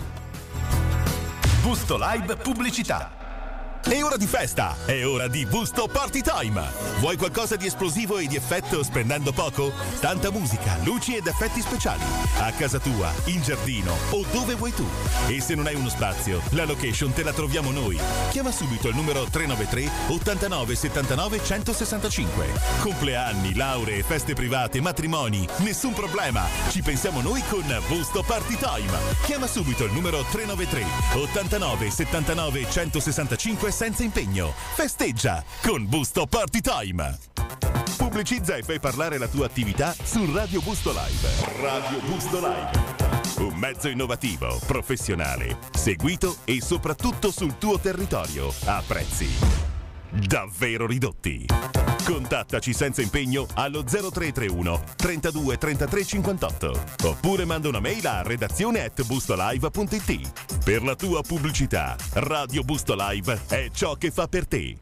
Busto Live pubblicità. È ora di festa, è ora di Busto Party Time. Vuoi qualcosa di esplosivo e di effetto spendendo poco? Tanta musica, luci ed effetti speciali. A casa tua, in giardino o dove vuoi tu. E se non hai uno spazio, la location te la troviamo noi. Chiama subito il numero tre nove tre ottantanove settantanove centosessantacinque. Compleanni, lauree, feste private, matrimoni, nessun problema. Ci pensiamo noi con Busto Party Time. Chiama subito il numero tre nove tre ottantanove settantanove centosessantacinque senza impegno. Festeggia con Busto Party Time. Pubblicizza e fai parlare la tua attività su Radio Busto Live. Radio Busto Live. Un mezzo innovativo, professionale, seguito e soprattutto sul tuo territorio a prezzi davvero ridotti. Contattaci senza impegno allo zero tre tre uno trentadue trentatré cinquantotto oppure manda una mail a redazione at bustolive punto it. Per la tua pubblicità, Radio Busto Live è ciò che fa per te.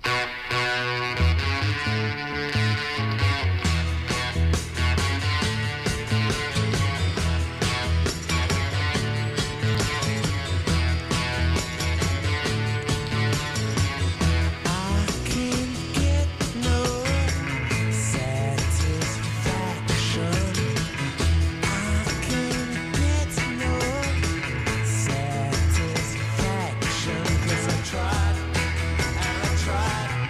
Satisfaction, 'cause I tried and I tried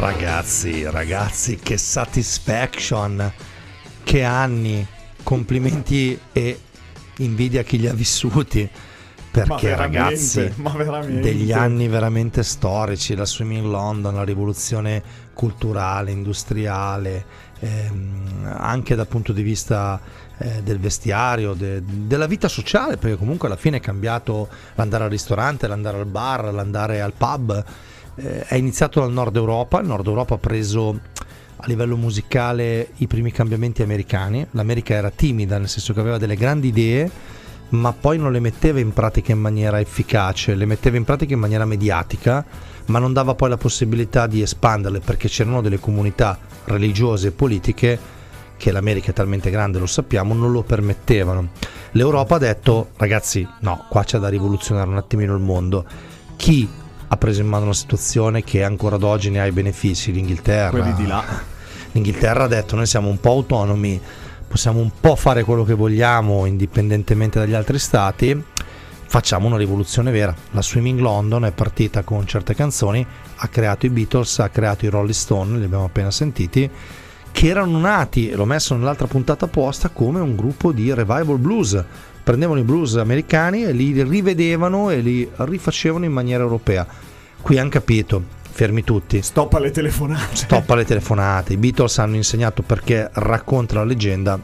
Ragazzi, ragazzi, che satisfaction, che anni, complimenti e invidia a chi li ha vissuti, perché Ma veramente, ragazzi, ma veramente. degli anni veramente storici, la Swimming London, la rivoluzione culturale, industriale, ehm, anche dal punto di vista eh, del vestiario, de- della vita sociale, perché comunque alla fine è cambiato l'andare al ristorante, l'andare al bar, l'andare al pub. Eh, è iniziato dal Nord Europa, il Nord Europa ha preso a livello musicale i primi cambiamenti americani. L'America era timida, nel senso che aveva delle grandi idee, ma poi non le metteva in pratica in maniera efficace, le metteva in pratica in maniera mediatica, ma non dava poi la possibilità di espanderle, perché c'erano delle comunità religiose e politiche che l'America è talmente grande, lo sappiamo, non lo permettevano. L'Europa ha detto: ragazzi, no, qua c'è da rivoluzionare un attimino il mondo. Chi ha preso in mano la situazione che ancora ad oggi ne ha i benefici? L'Inghilterra. Quelli di là. L'Inghilterra ha detto: noi siamo un po' autonomi, possiamo un po' fare quello che vogliamo indipendentemente dagli altri stati, facciamo una rivoluzione vera. La Swimming London è partita con certe canzoni, ha creato i Beatles, ha creato i Rolling Stone, li abbiamo appena sentiti, che erano nati, l'ho messo nell'altra puntata apposta, come un gruppo di revival blues. Prendevano i blues americani e li rivedevano e li rifacevano in maniera europea. Qui hanno capito, fermi tutti, Stop alle telefonate. stop alle telefonate. I Beatles hanno insegnato, perché racconta la leggenda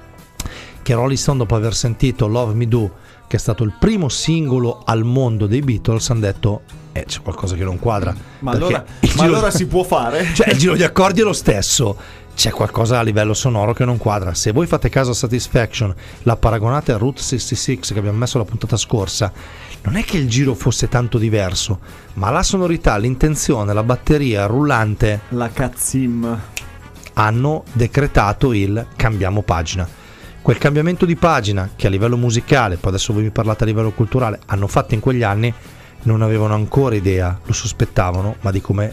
che Rolling Stone, dopo aver sentito Love Me Do, che è stato il primo singolo al mondo dei Beatles, hanno detto: eh, c'è qualcosa che non quadra. Ma Perché allora, il ma giro- allora si può fare? cioè il giro di accordi è lo stesso, c'è qualcosa a livello sonoro che non quadra. Se voi fate caso a Satisfaction, la paragonate a Route sessantasei che abbiamo messo la puntata scorsa, non è che il giro fosse tanto diverso, ma la sonorità, l'intenzione, la batteria, il rullante La cazzim. hanno decretato il cambiamo pagina. Quel cambiamento di pagina che a livello musicale, poi adesso voi mi parlate a livello culturale, hanno fatto in quegli anni, non avevano ancora idea, lo sospettavano, ma di come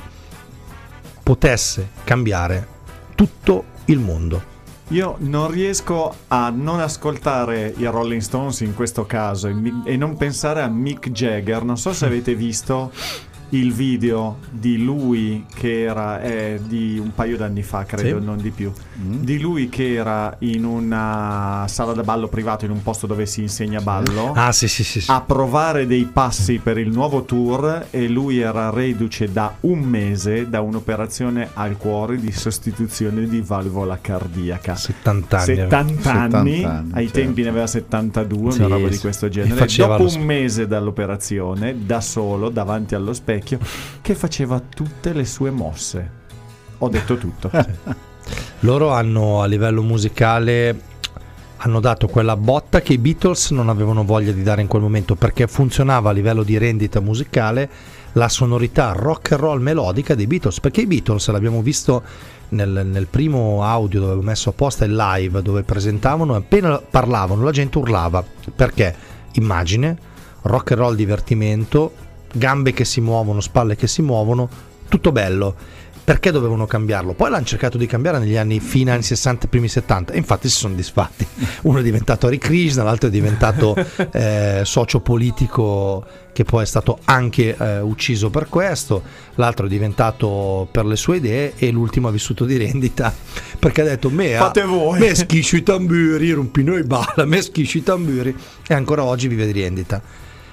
potesse cambiare tutto il mondo. Io non riesco a non ascoltare i Rolling Stones in questo caso e, mi- e non pensare a Mick Jagger. Non so se avete visto il video di lui che era eh, di un paio d'anni fa, credo, Sì. non di più, di lui che era in una sala da ballo privato, in un posto dove si insegna ballo, Ah sì sì sì, sì. a provare dei passi per il nuovo tour, e lui era reduce da un mese da un'operazione al cuore di sostituzione di valvola cardiaca. settanta anni. settanta anni, settanta anni, ai certo. tempi ne aveva settantadue, Sì, una roba di sì. questo E genere. faceva Dopo lo un mese dall'operazione, da solo, davanti allo specchio, che faceva tutte le sue mosse. Ho detto tutto. Loro hanno, a livello musicale, hanno dato quella botta che i Beatles non avevano voglia di dare in quel momento, perché funzionava a livello di rendita musicale la sonorità rock and roll melodica dei Beatles. Perché i Beatles, l'abbiamo visto nel, nel primo audio dove avevo messo apposta il live, dove presentavano, appena parlavano la gente urlava, perché immagine, rock and roll, divertimento, gambe che si muovono, spalle che si muovono, tutto bello. Perché dovevano cambiarlo? Poi l'hanno cercato di cambiare negli anni, fine anni sessanta, primi settanta, e infatti si sono disfatti. Uno è diventato Hare Krishna, l'altro è diventato eh, socio politico, che poi è stato anche eh, ucciso per questo, l'altro è diventato per le sue idee, e l'ultimo ha vissuto di rendita, perché ha detto: me, Fate voi. me schiscio i tamburi, rompino i balla, me schiscio i tamburi, e ancora oggi vive di rendita.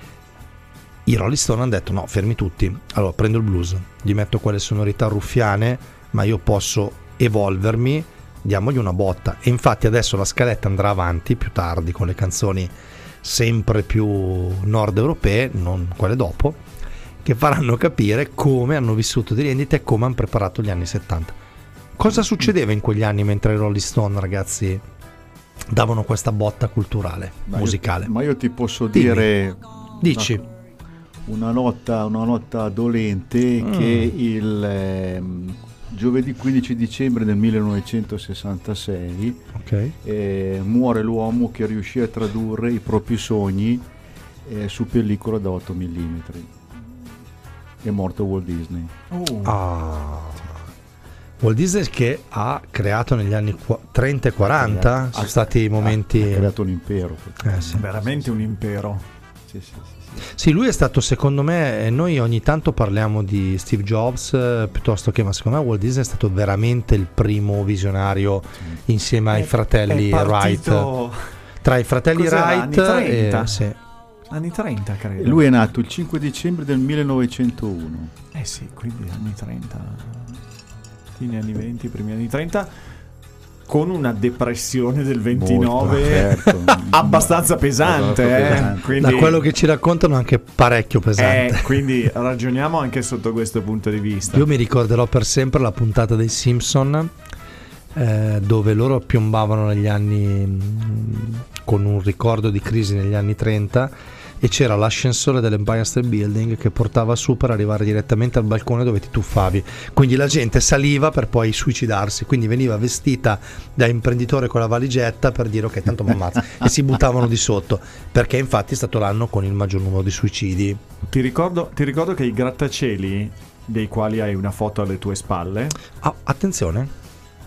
I Rolling Stone hanno detto: no, fermi tutti, allora prendo il blues, gli metto quelle sonorità ruffiane, ma io posso evolvermi, diamogli una botta. E infatti adesso la scaletta andrà avanti più tardi con le canzoni sempre più nord europee, non quelle dopo, che faranno capire come hanno vissuto di rendita e come hanno preparato gli anni settanta. Cosa succedeva in quegli anni mentre i Rolling Stone, ragazzi, davano questa botta culturale, Ma io- musicale? ma io ti posso Dimmi. dire Dici? una nota, una nota dolente Mm. che il ehm, giovedì quindici dicembre del millenovecentosessantasei Ok. eh, muore l'uomo che riuscì a tradurre i propri sogni eh, su pellicola da otto millimetri. È morto Walt Disney. Oh. Ah. Walt Disney, che ha creato negli anni qua- trenta e quaranta, Ha- sono stati i momenti... ha creato un impero. Eh, sì. Veramente un impero. Sì, sì, sì, sì. Sì, lui è stato, secondo me, e noi ogni tanto parliamo di Steve Jobs eh, piuttosto che, ma secondo me Walt Disney è stato veramente il primo visionario insieme ai È- fratelli è Wright. partito- Tra i fratelli Cos'era, Wright anni trenta? e, sì. Anni trenta, credo. Lui è nato il cinque dicembre del millenovecentouno. Eh sì, quindi anni trenta, fine anni venti, primi anni trenta, con una depressione del ventinove Molto, certo. abbastanza pesante, Abbastanza eh. pesante. Quindi, Da quello che ci raccontano anche parecchio pesante. eh, quindi ragioniamo anche sotto questo punto di vista. Io mi ricorderò per sempre la puntata dei Simpson eh, dove loro piombavano negli anni mh, con un ricordo di crisi negli anni trenta e c'era l'ascensore dell'Empire State Building che portava su per arrivare direttamente al balcone dove ti tuffavi, quindi la gente saliva per poi suicidarsi, quindi veniva vestita da imprenditore con la valigetta per dire ok tanto mi ammazzo e si buttavano di sotto, perché infatti è stato l'anno con il maggior numero di suicidi. Ti ricordo, ti ricordo che i grattacieli, dei quali hai una foto alle tue spalle, Ah, attenzione,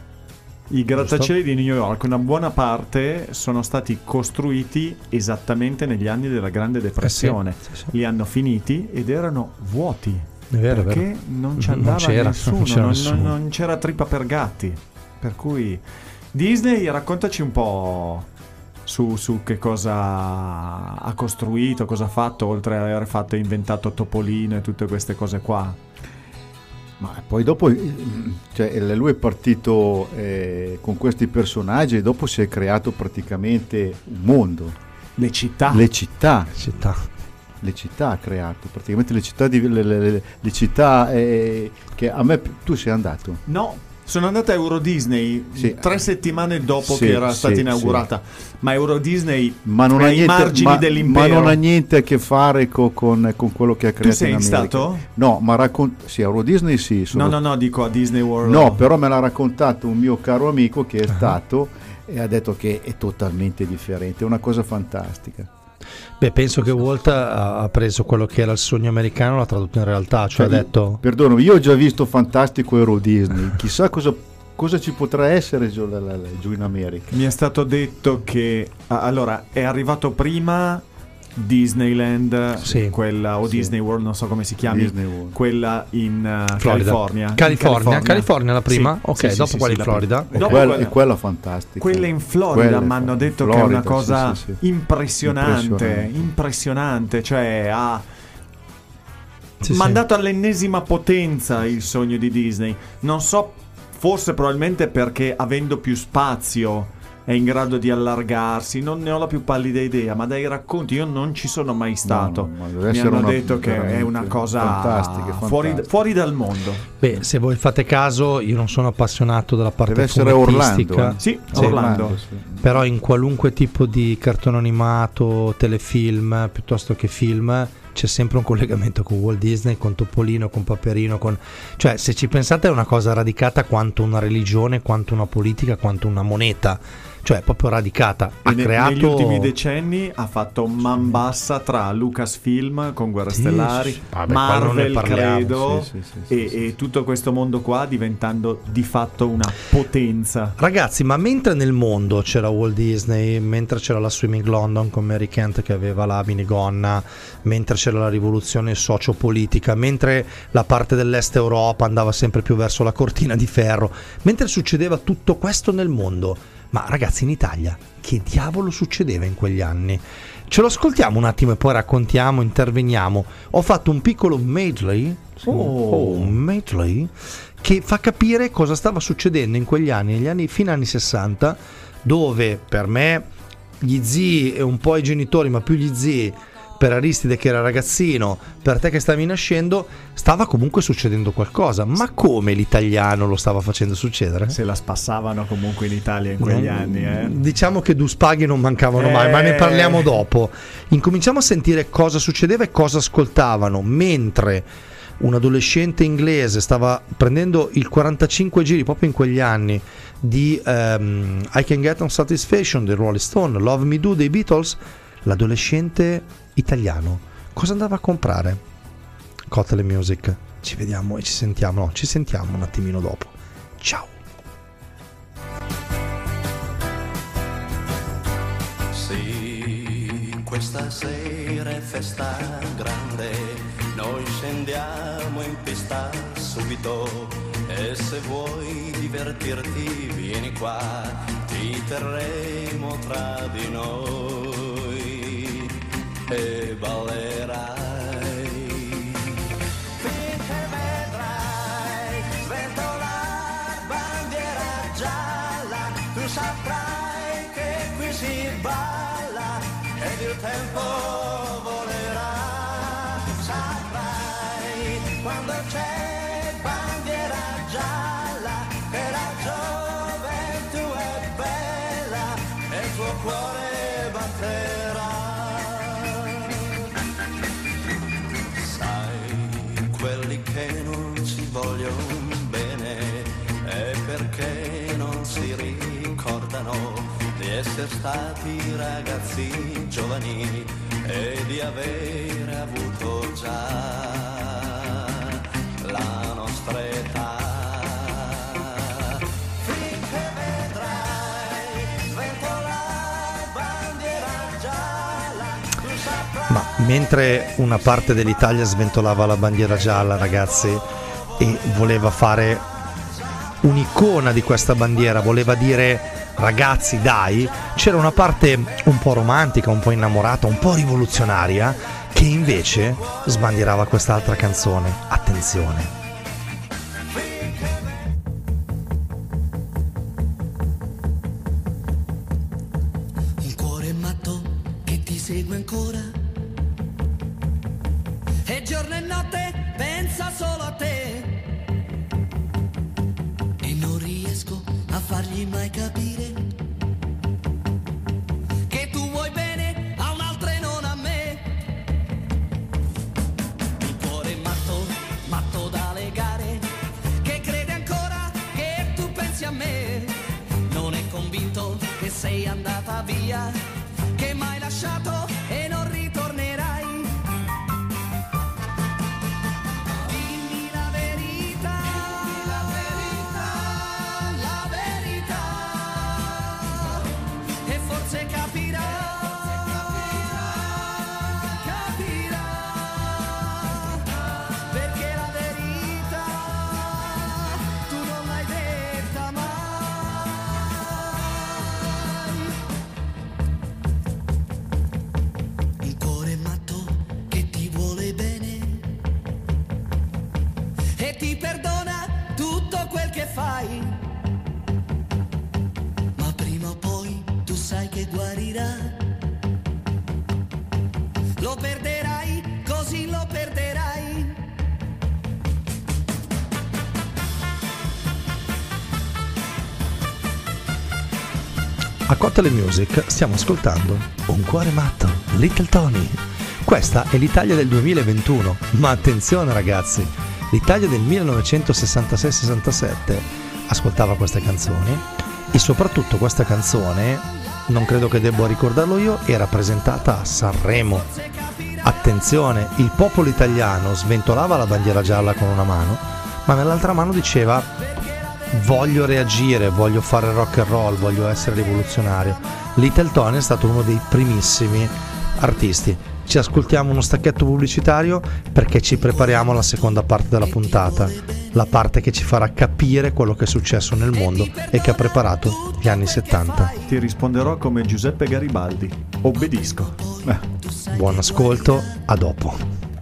i grattacieli di New York, una buona parte sono stati costruiti esattamente negli anni della Grande Depressione. Eh sì, sì, sì. Li hanno finiti ed erano vuoti. È vero, è perché vero. non ci Non andava c'era, nessuno, non c'era non, nessuno. non- non c'era trippa per gatti. Per cui Disney, raccontaci un po' su, su che cosa ha costruito, cosa ha fatto, oltre ad aver fatto e inventato Topolino e tutte queste cose qua. Ma poi dopo, eh, cioè, lui è partito eh, con questi personaggi e dopo si è creato praticamente un mondo. Le città. Le città, città. le città ha creato, praticamente le città, di, le, le- le città eh, che a me, tu sei andato. No, sono andata a Euro Disney Sì. tre settimane dopo Sì, che era sì, stata inaugurata. Ma Euro Disney Ma non, è ha ai niente, margini ma, dell'impero. ma non ha niente a che fare co- con, con quello che ha creato sei in America. stato? No, ma raccont- sì, Euro Disney sì. sono- No, no, no, dico a Disney World. No, però me l'ha raccontato un mio caro amico che è stato e ha detto che è totalmente differente, è una cosa fantastica. Beh, penso che Walt ha, ha preso quello che era il sogno americano e l'ha tradotto in realtà, cioè ha Cioè, detto Perdonami, io ho già visto Fantastico Euro Disney, chissà cosa, cosa ci potrà essere giù, la- la- la- giù in America. Mi è stato detto che ah, allora è arrivato prima Disneyland, Sì. quella o Sì. Disney World, non so come si chiami, Disney World. quella in uh, Florida. California. In California, California la prima? Sì, Ok, sì, sì, dopo sì, quella sì, in la Florida? prima. E Dopo quella, quella- e quella fantastica. Quella in Florida Quella è mi hanno fa- detto Florida, che è una cosa sì, sì, sì. impressionante, Impressionante. impressionante, cioè ha Sì, sì. mandato all'ennesima potenza il sogno di Disney. Non so, forse probabilmente perché avendo più spazio è in grado di allargarsi, non ne ho la più pallida idea, ma dai racconti, io non ci sono mai stato. No, no, ma deve Mi essere hanno una- detto che è veramente una cosa fantastica, fuori, fantastica. fuori dal mondo. Beh, se voi fate caso, io non sono appassionato della parte Deve essere Orlando. fumettistica, eh. Sì, Sì. Orlando. sì. però in qualunque tipo di cartone animato, telefilm, piuttosto che film, c'è sempre un collegamento con Walt Disney, con Topolino, con Paperino, con... cioè se ci pensate è una cosa radicata quanto una religione, quanto una politica, quanto una moneta, cioè proprio radicata. Ha E ne- creato... Negli ultimi decenni ha fatto man bassa tra Lucasfilm con Guerre Sì, Stellari, sì, sì. Vabbè, quello non ne Marvel parliamo, credo, sì, sì, sì, sì, e, sì, e tutto questo mondo qua diventando di fatto una potenza. Ragazzi, ma mentre nel mondo c'era Walt Disney, mentre c'era la Swimming London con Mary Kent che aveva la minigonna, mentre c'era la rivoluzione sociopolitica, mentre la parte dell'est Europa andava sempre più verso la cortina di ferro, mentre succedeva tutto questo nel mondo, ma ragazzi in Italia che diavolo succedeva in quegli anni? Ce lo ascoltiamo un attimo e poi raccontiamo, interveniamo. Ho fatto un piccolo medley, Oh. un medley che fa capire cosa stava succedendo in quegli anni, negli anni fino agli anni sessanta, dove per me gli zii e un po' i genitori, ma più gli zii, per Aristide che era ragazzino, per te che stavi nascendo, stava comunque succedendo qualcosa. Ma come l'italiano lo stava facendo succedere? Se la spassavano comunque in Italia in quegli Non- anni, eh. Diciamo che due spaghi non mancavano Eh. mai, ma ne parliamo dopo. Incominciamo a sentire cosa succedeva e cosa ascoltavano mentre un adolescente inglese stava prendendo il quarantacinque giri proprio in quegli anni di ehm, I Can Get No Satisfaction dei Rolling Stone, Love Me Do dei Beatles. L'adolescente italiano cosa andava a comprare? Cotele Music. Ci vediamo e ci sentiamo, no, ci sentiamo un attimino dopo. Ciao. Sei Questa sera è festa grande, noi scendiamo in pista subito e se vuoi divertirti vieni qua, ti terremo tra di noi e ballerai. Finché vedrai sventolare bandiera gialla, tu saprai che qui si balla ed il tempo volerà, saprai quando c'è bandiera gialla che la gioventù è bella e il tuo cuore batterà. Sai, quelli che non si vogliono bene è perché non si ricordano di essere stati ragazzi giovani e di avere avuto già la nostra età. Finché vedrai sventolare bandiera gialla, tu saprai. Ma mentre una parte dell'Italia sventolava la bandiera gialla, ragazzi, e voleva fare un'icona di questa bandiera, voleva dire ragazzi dai, c'era una parte un po' romantica, un po' innamorata, un po' rivoluzionaria che invece sbandierava quest'altra canzone. Attenzione. Un cuore matto che ti segue ancora e giorno e notte pensa solo a te e non riesco a fargli mai capire che tu vuoi bene a un'altra e non a me. Un cuore matto, matto da legare, che crede ancora che tu pensi a me, non è convinto che sei andata via, che m'hai lasciato e non ritornerai. Dimmi la verità, la verità, la verità, e forse capirà, capirà, perché la verità tu non l'hai detta mai. Un cuore matto che ti vuole bene e ti perdona tutto quel che fai, ma prima o poi tu sai che guarirà, lo perderai, così lo perderai. A Cotele Music stiamo ascoltando Un cuore matto, Little Tony. Questa è l'Italia del duemilaventuno, ma attenzione ragazzi, l'Italia del millenovecentosessantasei sessantasette ascoltava queste canzoni e soprattutto questa canzone, non credo che debba ricordarlo io, era presentata a Sanremo. Attenzione, il popolo italiano sventolava la bandiera gialla con una mano, ma nell'altra mano diceva voglio reagire, voglio fare rock and roll, voglio essere rivoluzionario. Little Tony è stato uno dei primissimi artisti. Ci ascoltiamo uno stacchetto pubblicitario perché ci prepariamo alla seconda parte della puntata, la parte che ci farà capire quello che è successo nel mondo e che ha preparato gli anni settanta. Ti risponderò come Giuseppe Garibaldi. Obbedisco. Eh. Buon ascolto, a dopo.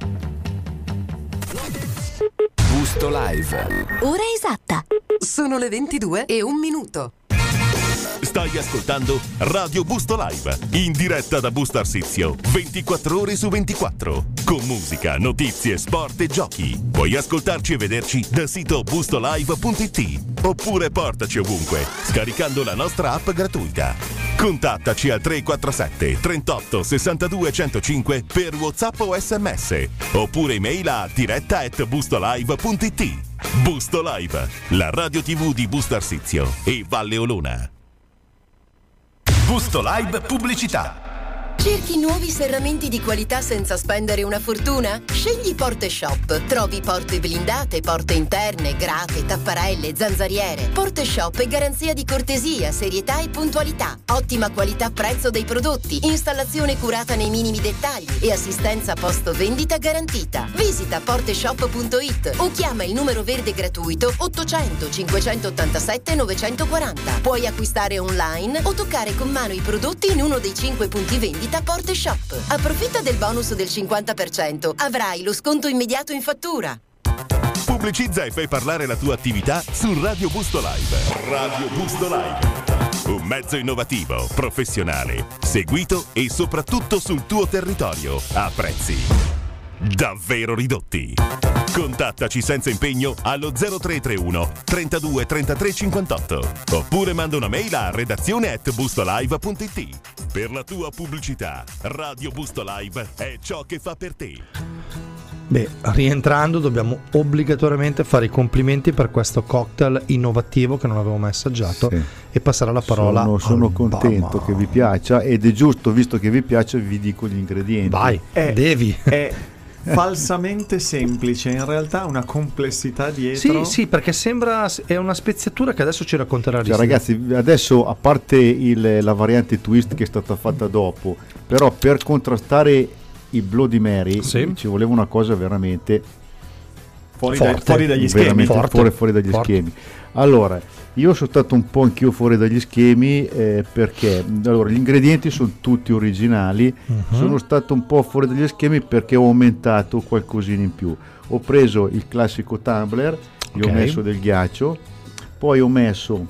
Busto Live. Ora esatta. Sono le ventidue e un minuto. Stai ascoltando Radio Busto Live, in diretta da Busto Arsizio, ventiquattro ore su ventiquattro, con musica, notizie, sport e giochi. Puoi ascoltarci e vederci dal sito bustolive punto it, oppure portaci ovunque, scaricando la nostra app gratuita. Contattaci al tre quattro sette trentotto sessantadue centocinque per WhatsApp o S M S, oppure email a diretta at bustolive punto it. Busto Live, la radio tivù di Busto Arsizio e Valle Olona. Busto Live pubblicità. Cerchi nuovi serramenti di qualità senza spendere una fortuna? Scegli Porte Shop. Trovi porte blindate, porte interne, grafe, tapparelle, zanzariere. Porte Shop è garanzia di cortesia, serietà e puntualità. Ottima qualità prezzo dei prodotti, installazione curata nei minimi dettagli e assistenza post vendita garantita. Visita porteshop punto it o chiama il numero verde gratuito ottocento cinquecentottantasette novecentoquaranta. Puoi acquistare online o toccare con mano i prodotti in uno dei cinque punti vendita Porte Shop. Approfitta del bonus del cinquanta per cento. Avrai lo sconto immediato in fattura. Pubblicizza e fai parlare la tua attività su Radio Busto Live. Radio Busto Live. Un mezzo innovativo, professionale, seguito e soprattutto sul tuo territorio a prezzi davvero ridotti. Contattaci senza impegno allo zero tre tre uno trentadue trentatré cinquantotto oppure manda una mail a redazione at bustolive punto it. Per la tua pubblicità, Radio Busto Live è ciò che fa per te. Beh, rientrando dobbiamo obbligatoriamente fare i complimenti per questo cocktail innovativo che non avevo mai assaggiato, Sì. e passare la parola Sono, sono al contento barman. che vi piaccia, ed è giusto, visto che vi piace, vi dico gli ingredienti. Vai, Eh, devi. È falsamente semplice, in realtà una complessità Sì, dietro. sì, perché sembra è una speziatura che adesso ci racconterà Cioè, Rizzi. ragazzi, adesso, a parte il- la variante twist che è stata fatta dopo, però per contrastare il Bloody Mary Sì. ci voleva una cosa veramente fuori, Forte. dai- fuori dagli schemi. veramente Forte. fuori, fuori dagli Forte. schemi. Allora, io sono stato un po' anch'io fuori dagli schemi, eh, perché allora, gli ingredienti sono tutti originali. Mhm. Sono stato un po' fuori dagli schemi perché ho aumentato qualcosina in più. Ho preso il classico tumbler, gli Ok. ho messo del ghiaccio, poi ho messo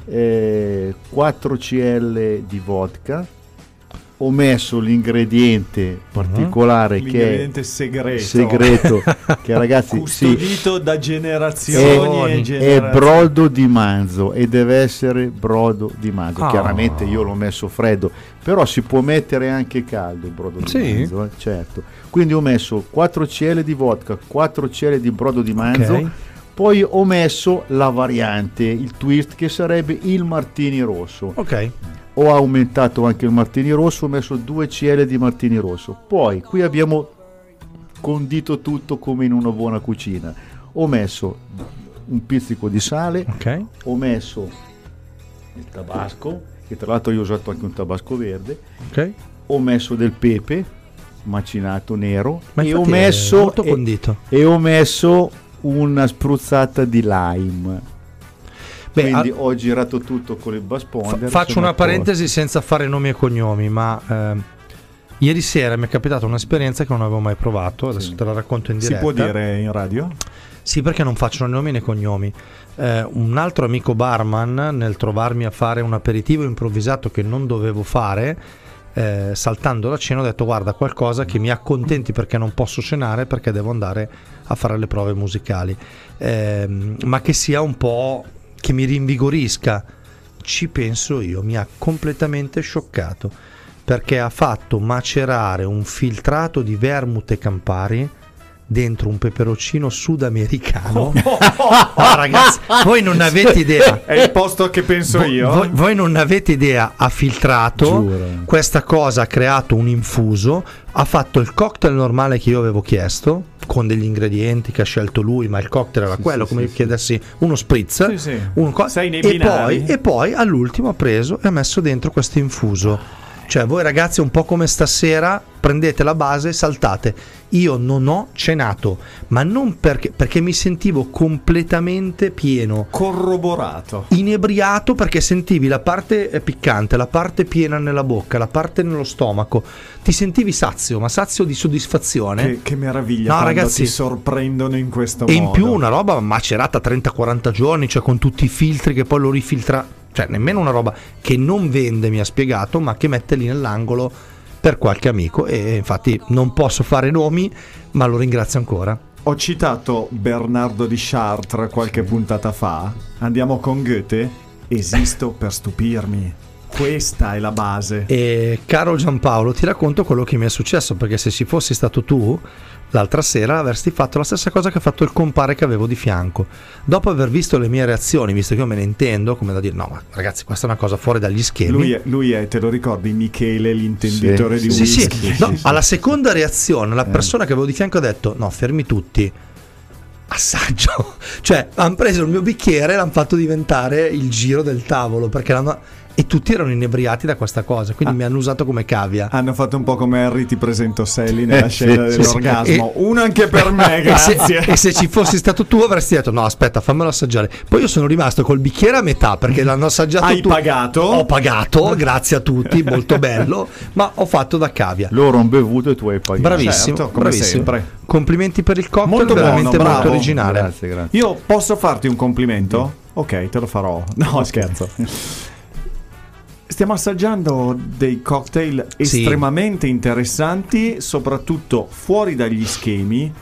eh, quattro centilitri di vodka, ho messo l'ingrediente particolare che L'ingrediente è segreto. segreto, che ragazzi sì, Custodito da generazioni è, e è generazioni. brodo di manzo, e deve essere brodo di manzo. Ah. Chiaramente io l'ho messo freddo, però si può mettere anche caldo il brodo di Sì? manzo, eh, certo. Quindi ho messo quattro centilitri di vodka, quattro centilitri di brodo di manzo. Ok. Poi ho messo la variante, il twist, che sarebbe il martini rosso. Ok. Ho aumentato anche il martini rosso, ho messo due centilitri di martini rosso. Poi qui abbiamo condito tutto come in una buona cucina. Ho messo un pizzico di sale, Ok. ho messo il tabasco, che tra l'altro io ho usato anche un tabasco verde, Ok. ho messo del pepe macinato nero, Ma e ho infatti è messo molto e- condito. e ho messo una spruzzata di lime. Beh, Quindi a- ho girato tutto con il Fa- basponder. faccio sono una a posto. parentesi senza fare nomi e cognomi, ma ehm, ieri sera mi è capitata un'esperienza che non avevo mai provato, adesso Sì. te la racconto in Si diretta. può dire in radio? Sì, perché non faccio né nomi né cognomi. Eh, un altro amico barman, nel trovarmi a fare un aperitivo improvvisato che non dovevo fare, eh, saltando la cena, ho detto: guarda, qualcosa che mi accontenti, perché non posso cenare, perché devo andare a fare le prove musicali, Ehm, ma che sia un po', che mi rinvigorisca. Ci penso io, mi ha completamente scioccato, perché ha fatto macerare un filtrato di vermouth e Campari dentro un peperoncino sudamericano. No, ragazzi, voi non avete idea. È il posto che penso Vo- io. Voi, voi non avete idea. Ha filtrato Giuro. questa cosa, ha creato un infuso, ha fatto il cocktail normale che io avevo chiesto, con degli ingredienti che ha scelto lui, ma il cocktail era Sì, quello, sì, come sì, chiedersi uno spritz. Sì, sì. un co- Sei nei e, binari. poi, e poi all'ultimo ha preso e ha messo dentro questo infuso. Cioè, voi ragazzi, un po' come stasera, prendete la base e saltate. Io non ho cenato, ma non perché, perché mi sentivo completamente pieno, Corroborato. inebriato, perché sentivi la parte eh, piccante, la parte piena nella bocca, la parte nello stomaco. Ti sentivi sazio, ma sazio di soddisfazione. Che, che meraviglia No, quando ragazzi, ti sorprendono in questo E modo. in più una roba macerata trenta quaranta giorni, cioè con tutti i filtri che poi lo rifiltra. Cioè, nemmeno una roba che non vende, mi ha spiegato, ma che mette lì nell'angolo per qualche amico. E infatti non posso fare nomi, ma lo ringrazio ancora. Ho citato Bernardo di Chartres qualche puntata fa. Andiamo con Goethe. Esisto per stupirmi. Questa è la base. E caro Giampaolo, ti racconto quello che mi è successo, perché se ci fossi stato tu l'altra sera avresti fatto la stessa cosa che ha fatto il compare che avevo di fianco. Dopo aver visto le mie reazioni, visto che io me ne intendo, come da dire no ma ragazzi questa è una cosa fuori dagli schemi. Lui è, lui è te lo ricordi, Michele, l'intenditore Sì, di Sì, whisky? sì, no, alla seconda reazione la persona che avevo di fianco ha detto no, fermi tutti, assaggio. Cioè hanno preso il mio bicchiere e l'hanno fatto diventare il giro del tavolo, perché l'hanno... e tutti erano inebriati da questa cosa, quindi Ah. mi hanno usato come cavia. Hanno fatto un po' come Harry ti presento Sally nella Eh, scena sì, dell'orgasmo. sì. Uno anche per me, E se, grazie. e se ci fossi stato tu avresti detto no aspetta fammelo assaggiare. Poi io sono rimasto col bicchiere a metà perché l'hanno assaggiato Hai tu- pagato? Ho pagato, grazie a tutti, molto bello, ma ho fatto da cavia. Loro hanno bevuto e tu hai pagato. Bravissimo, Certo, come bravissimo. sempre. Complimenti per il cocktail, Molto buono, veramente bravo. molto originale. Grazie, grazie. Io posso farti un complimento? Ok, te lo farò. No, scherzo. Stiamo assaggiando dei cocktail Sì. estremamente interessanti, soprattutto fuori dagli schemi,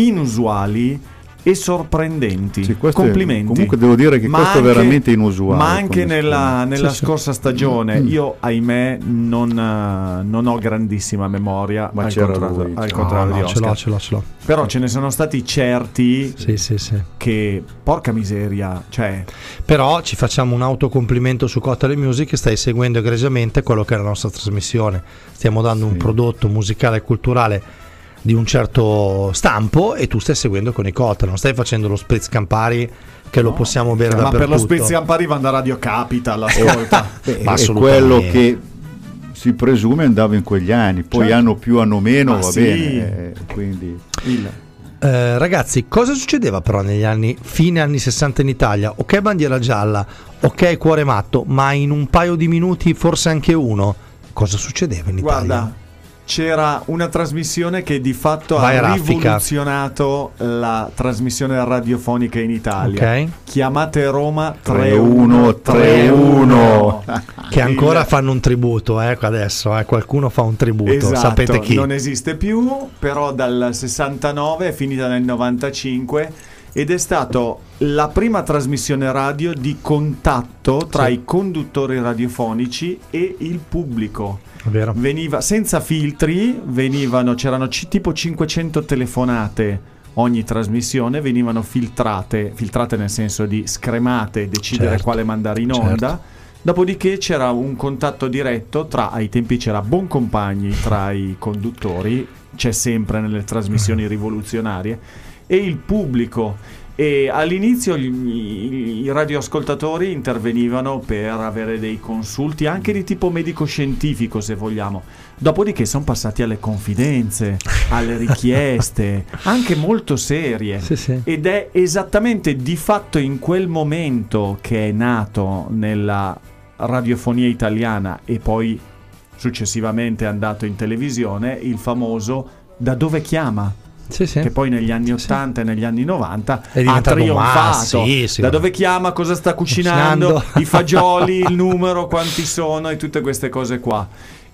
inusuali e sorprendenti. Sì, questo è- Complimenti. comunque devo dire che Ma questo è anche- veramente inusuale Ma anche come nella, schema. nella Sì, sì. scorsa stagione, Mm. io ahimè non, eh, non ho grandissima memoria, Ma al c'era contrario, lui. al No, contrario no, di ce l'ho, Oscar. ce l'ho, ce l'ho. Però ce ne sono stati certi Sì, sì, sì. che, porca miseria, cioè... Però ci facciamo un autocomplimento su Cocktail Music, che stai seguendo egregiamente quello che è la nostra trasmissione. Stiamo dando un Sì. prodotto musicale e culturale di un certo stampo e tu stai seguendo con i cocktail, non stai facendo lo spritz Campari che lo possiamo bere Ma dappertutto. per lo Spritz Campari va da Radio Capital, ascolta. Beh, Ma è assolutamente. quello che si presume andava in quegli anni, poi Certo. anno più anno meno Ma va sì. bene, eh, quindi Il- Eh, ragazzi, cosa succedeva però negli anni fine anni sessanta in Italia? Ok bandiera gialla, ok cuore matto, ma in un paio di minuti, forse anche uno, cosa succedeva in Italia? Guarda, c'era una trasmissione che di fatto Vai, ha raffica. rivoluzionato la trasmissione radiofonica in Italia. Ok. Chiamate Roma tre uno tre uno. Che ancora Il- fanno un tributo, eh, adesso, eh, qualcuno fa un tributo, Esatto, sapete chi? non esiste più, però dal sessantanove è finita nel novantacinque ed è stato la prima trasmissione radio di contatto tra Sì. i conduttori radiofonici e il pubblico. Vero? Veniva senza filtri, venivano, c'erano ci- tipo cinquecento telefonate ogni trasmissione, venivano filtrate, filtrate nel senso di scremate, decidere Certo, quale mandare in onda. certo. Dopodiché c'era un contatto diretto tra, ai tempi c'era Boncompagni tra i conduttori, c'è sempre nelle trasmissioni rivoluzionarie, e il pubblico. E all'inizio gli- i, i radioascoltatori intervenivano per avere dei consulti anche di tipo medico-scientifico, se vogliamo. Dopodiché sono passati alle confidenze, alle richieste, anche molto serie. Sì, sì. Ed è esattamente di fatto in quel momento che è nato nella radiofonia italiana e poi successivamente è andato in televisione il famoso Da dove chiama? Sì, sì. Che poi negli anni Sì. ottanta e negli anni novanta È ha diventato un trionfato. ma- sì, sì, da vabbè. dove chiama, cosa sta cucinando, Cucinando. i fagioli, il numero, quanti sono e tutte queste cose qua.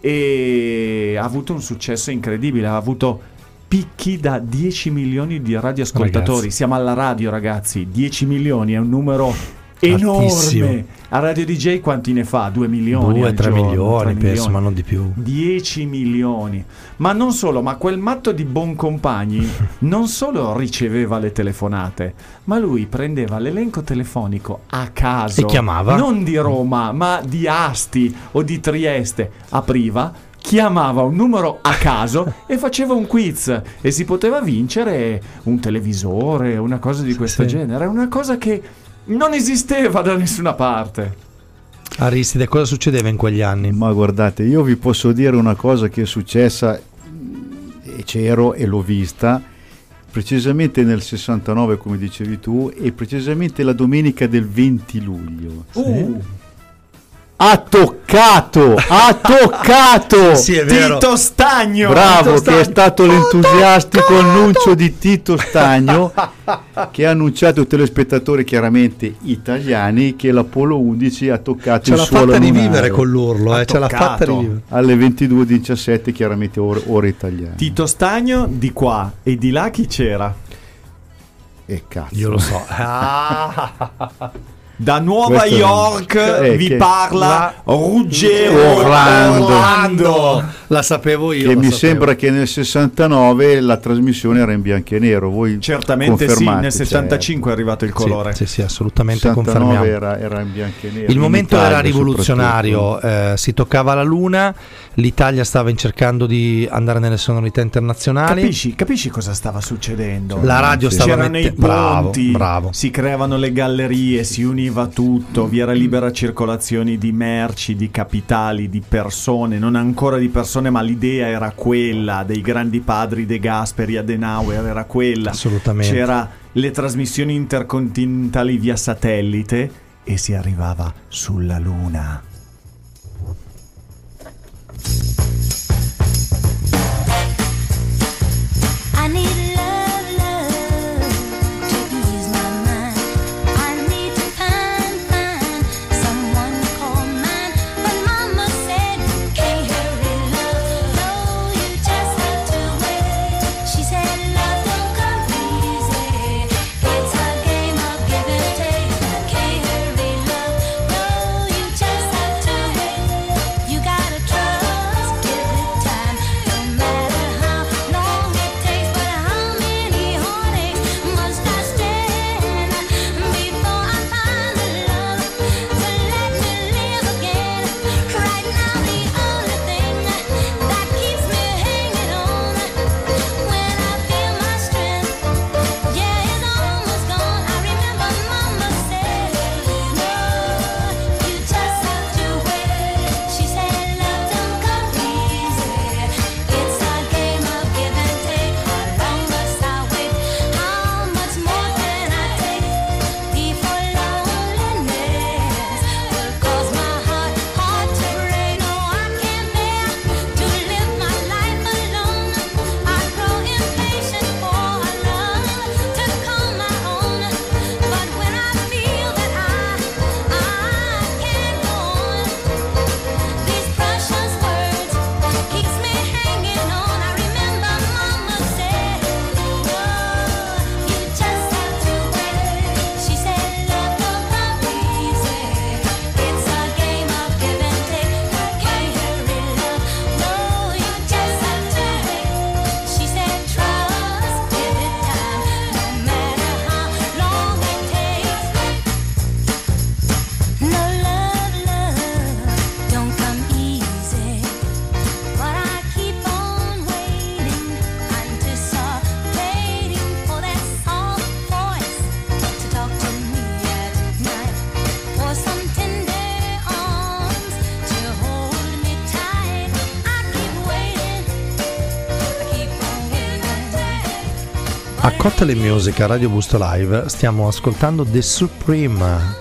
E ha avuto un successo incredibile, ha avuto picchi da dieci milioni di radioascoltatori. Ragazzi. Siamo alla radio, ragazzi, dieci milioni è un numero Altissimo. enorme. A Radio D J quanti ne fa? due milioni Due, al tre giorno, milioni, tre penso, milioni. ma non di più. dieci milioni. Ma non solo, ma quel matto di Boncompagni non solo riceveva le telefonate, ma lui prendeva l'elenco telefonico a caso. E chiamava? Non di Roma, ma di Asti o di Trieste. Apriva, chiamava un numero a caso e faceva un quiz e si poteva vincere un televisore, una cosa di questo sì. genere. È una cosa che non esisteva da nessuna parte. Aristide, cosa succedeva in quegli anni? Ma guardate, io vi posso dire una cosa che è successa, e c'ero e l'ho vista, precisamente nel sessantanove, come dicevi tu, e precisamente la domenica del venti luglio. Uh, Ha toccato, ha toccato! Sì, è vero. Tito Stagno! Bravo, Tito che è Stagno. stato l'entusiastico annuncio di Tito Stagno che ha annunciato ai telespettatori chiaramente italiani che l'Apollo undici ha toccato Ce il l'ha suolo fatta lunare rivivere con l'urlo, Ha eh, ce l'ha toccato. fatta rivivere. alle ventidue e diciassette, chiaramente ore, ore italiane. Tito Stagno di qua e di là chi c'era? E cazzo. Io lo so. Ah. Da Nuova Questo- York eh, vi che- parla Ruggero Orlando. Orlando. La sapevo io. Che la mi sapevo. sembra che nel sessantanove la trasmissione era in bianco e nero. Voi Certamente sì, confermate, nel settantacinque è arrivato il colore. Sì, sì, sì, assolutamente sessantanove confermiamo. era, era in bianco e nero. Il in momento Italia era rivoluzionario, soprattutto. eh, si toccava la luna, l'Italia stava cercando di andare nelle sonorità internazionali. Capisci, capisci cosa stava succedendo? La radio Sì. stava C'erano i mettendo... Bravo, ponti, bravo. si creavano le gallerie, si univa tutto, vi era libera circolazione di merci, di capitali, di persone, non ancora di persone, ma l'idea era quella dei grandi padri De Gasperi, Adenauer, era quella. Assolutamente. C'era le trasmissioni intercontinentali via satellite e si arrivava sulla luna. I need love, love to ease my mind. I need to find, find someone to call mine. But Mama said, can't hurry, love. No, you just have to wait. She said, love don't come easy. It's a game of give and take. Can't hurry, love. No, you just have to wait. You gotta trust, give it time. No matter how long it takes, but how many heartaches must I stand before I find the love to let me live again? Right now, the only thing that keeps me hanging on when I feel my strength, yeah, it's almost gone. I remember Mama said, no, you just have to wait. She said, love don't come easy. It's a game of give and take. How long must I wait? How much more can I take before loneliness will cause my heart, heart to break? No, I can't bear to live my life alone. I grow impatient for a love to call my own. But when I feel that I, I can't go on, these precious words keeps me hanging on. I remember Mama said, no, you just have to wait. She said, love don't come easy. It's a game of give and take. Can't hurry, love. No, you just have to wait. She said, trust, give it time. No matter how long it takes. No love, love don't come easy. But I keep on waiting anticipating for that soft voice to talk to me at night, for some tender arms to hold me tight. I keep waiting, I keep on waiting. A Cocktail Music a Radio Busto Live stiamo ascoltando The Supreme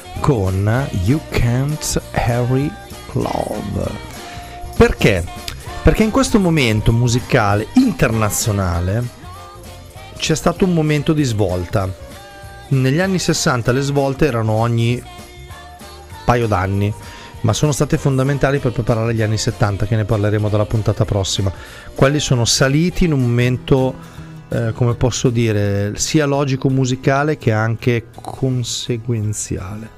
con You Can't Hurry Love. Perché? Perché in questo momento musicale internazionale c'è stato un momento di svolta. Negli anni sessanta le svolte erano ogni paio d'anni, ma sono state fondamentali per preparare gli anni settanta, che ne parleremo dalla puntata prossima. Quelli sono saliti in un momento, eh, come posso dire, sia logico musicale che anche conseguenziale.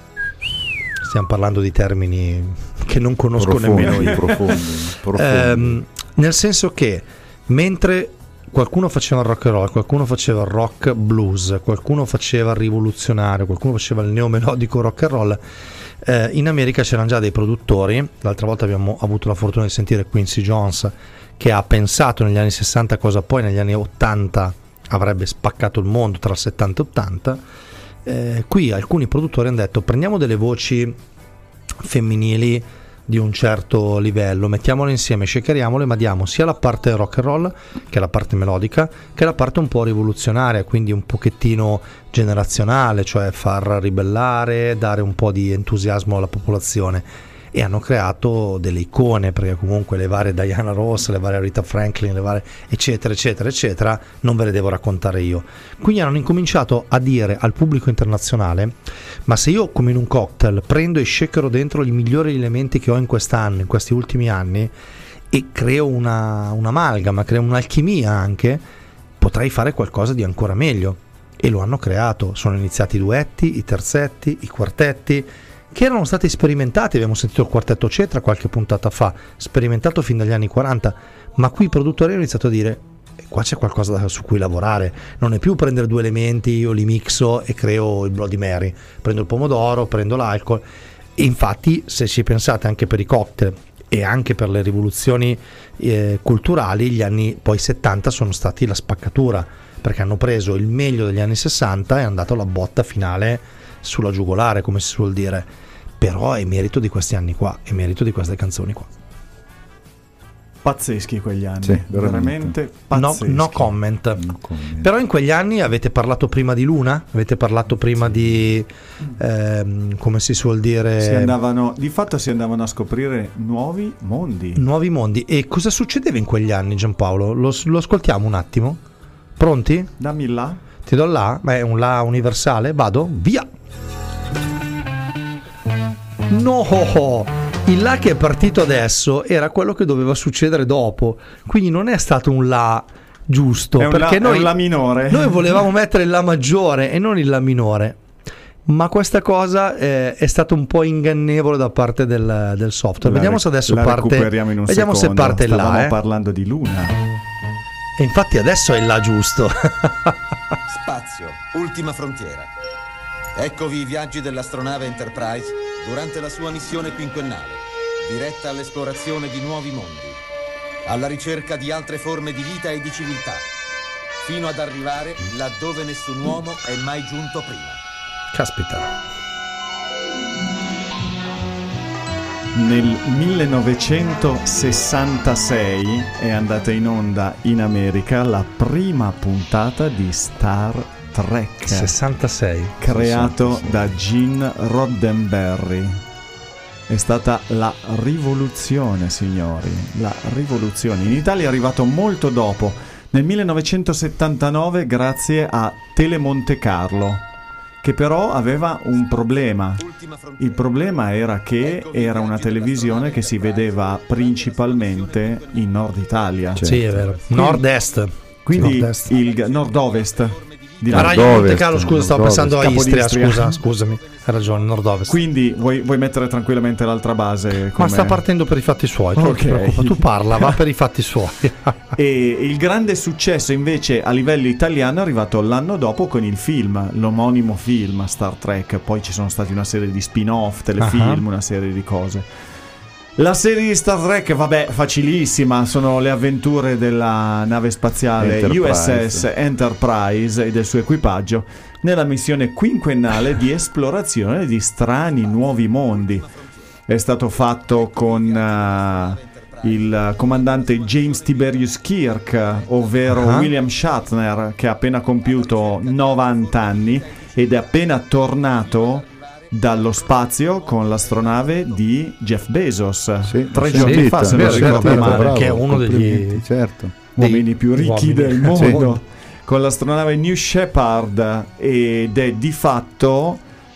Stiamo parlando di termini che non conosco Profondi, nemmeno io. profondi, profondi. Ehm, nel senso che mentre qualcuno faceva il rock and roll, qualcuno faceva il rock blues, qualcuno faceva il rivoluzionario, qualcuno faceva il neomelodico rock and roll, eh, in America c'erano già dei produttori. L'altra volta abbiamo avuto la fortuna di sentire Quincy Jones, che ha pensato negli anni sessanta cosa poi negli anni ottanta avrebbe spaccato il mondo, tra il settanta e ottanta. Eh, qui alcuni produttori hanno detto: prendiamo delle voci femminili di un certo livello, mettiamole insieme, shakeriamole, ma diamo sia la parte rock and roll che la parte melodica, che la parte un po' rivoluzionaria, quindi un pochettino generazionale, cioè far ribellare, dare un po' di entusiasmo alla popolazione. E hanno creato delle icone, perché comunque le varie Diana Ross, le varie Rita Franklin, le varie eccetera eccetera eccetera, non ve le devo raccontare io. Quindi hanno incominciato a dire al pubblico internazionale: ma se io, come in un cocktail, prendo e shakero dentro i migliori elementi che ho in quest'anno, in questi ultimi anni, e creo una un'amalgama, creo un'alchimia anche, potrei fare qualcosa di ancora meglio. e lo hanno creato. Sono iniziati i duetti, i terzetti, i quartetti, che erano stati sperimentati. Abbiamo sentito il quartetto Cetra qualche puntata fa, sperimentato fin dagli anni quaranta, ma qui i produttori hanno iniziato a dire: qua c'è qualcosa da, su cui lavorare, non è più prendere due elementi, io li mixo e creo il Bloody Mary, prendo il pomodoro, prendo l'alcol. E infatti, se ci pensate, anche per i cocktail e anche per le rivoluzioni eh, culturali, gli anni poi settanta sono stati la spaccatura, perché hanno preso il meglio degli anni sessanta e hanno dato la botta finale sulla giugolare, come si suol dire. Però è merito di questi anni qua, è merito di queste canzoni qua. Pazzeschi quegli anni, Sì, veramente, veramente. No, pazzeschi. no comment. No comment. Però in quegli anni avete parlato prima di Luna? Avete parlato prima di ehm, come si suol dire, Si andavano, di fatto si andavano a scoprire nuovi mondi. nuovi mondi. E cosa succedeva in quegli anni, Giampaolo? Lo, lo ascoltiamo un attimo? Pronti? Dammi là. Ti do là? Beh, è un là universale. Vado? Via! No! Il là che è partito adesso era quello che doveva succedere dopo. Quindi non è stato un là giusto. È un perché la, noi, è un la minore. noi volevamo mettere il la maggiore e non il la minore. Ma questa cosa eh, è stata un po' ingannevole da parte del, del software. La Vediamo re- se adesso la parte. recuperiamo in un Vediamo secondo. se parte il Stavamo là. Eh. parlando di Luna. E infatti adesso è il là giusto. Spazio, ultima frontiera. Eccovi i viaggi dell'astronave Enterprise durante la sua missione quinquennale, diretta all'esplorazione di nuovi mondi, alla ricerca di altre forme di vita e di civiltà, fino ad arrivare laddove nessun uomo è mai giunto prima. Caspita. Nel millenovecentosessantasei è andata in onda in America la prima puntata di Star Trek, sessantasei. creato da Gene Roddenberry. È stata la rivoluzione, signori, la rivoluzione. In Italia è arrivato molto dopo, nel millenovecentosettantanove, grazie a Tele Monte Carlo, che però aveva un problema. Il problema era che era una televisione che si vedeva principalmente in Nord Italia. Sì, è vero. Quindi- Nord-est. Quindi Nord-est. il nord-ovest. Di Ah, Radio Nord-ovest, Monte Carlo, scusa, stavo nord-ovest. pensando a Istria, Capodistria. scusa, scusami. Hai ragione, nord-ovest. Quindi vuoi, vuoi mettere tranquillamente l'altra base? Ma come- sta partendo per i fatti suoi, tu non ti Ok. preoccupa, tu parla, va per i fatti suoi. E il grande successo invece a livello italiano è arrivato l'anno dopo con il film, l'omonimo film Star Trek. Poi ci sono stati una serie di spin-off, telefilm, Uh-huh. una serie di cose. La serie di Star Trek, vabbè, facilissima, sono le avventure della nave spaziale Enterprise. U S S Enterprise e del suo equipaggio nella missione quinquennale di esplorazione di strani nuovi mondi. È stato fatto con eh, il comandante James Tiberius Kirk, ovvero Ah. William Shatner, che ha appena compiuto novanta anni ed è appena tornato dallo spazio con l'astronave di Jeff Bezos. Sì, Tre l'ho giorni sentita, fa, se l'ho non sentita, ricordo male. bravo, che è uno degli- complimenti, certo. Uomini più ricchi uomini. del Sì. mondo, con l'astronave New Shepard, ed è di fatto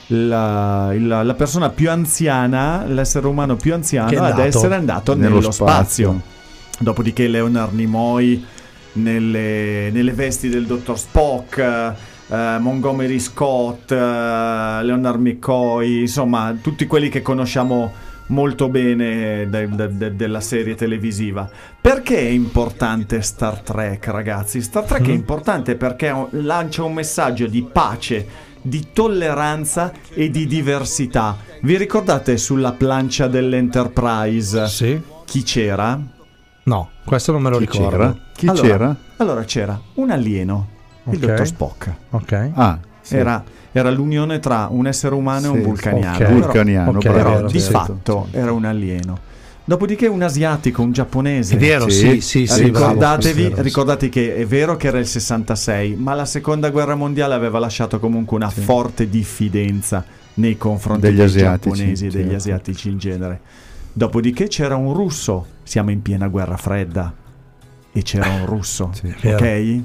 la, il- la persona più anziana, l'essere umano più Che anziano è ad andato essere andato nello nello, spazio. spazio. Dopodiché Leonard Nimoy nelle, nelle vesti del dottor Spock, eh, Montgomery Scott, eh, Leonard McCoy, insomma tutti quelli che conosciamo molto bene de- de- de- della serie televisiva. Perché è importante Star Trek, ragazzi? Star Trek Mm. è importante perché lancia un messaggio di pace, di tolleranza e di diversità. Vi ricordate sulla plancia dell'Enterprise Sì? chi c'era? No, questo non me lo Chi ricordo. c'era? Chi Allora, c'era? Allora c'era un alieno, il Ok. dottor Spock. Ok. Ah, sì. Era, era l'unione tra un essere umano e un Sì, vulcaniano. ok. Però- Vulcaniano, ok, bravo, Però vero, di sì. fatto era un alieno. Dopodiché un asiatico, un giapponese. È vero, sì, sì, sì. bravo, Ricordatevi, questo è vero, sì. ricordate che è vero che era il sessantasei, ma la seconda guerra mondiale aveva lasciato comunque una forte diffidenza nei confronti Degli dei asiatici, giapponesi e degli certo. asiatici in genere. Dopodiché c'era un russo, siamo in piena guerra fredda, e c'era un russo, Sì. Vero. ok?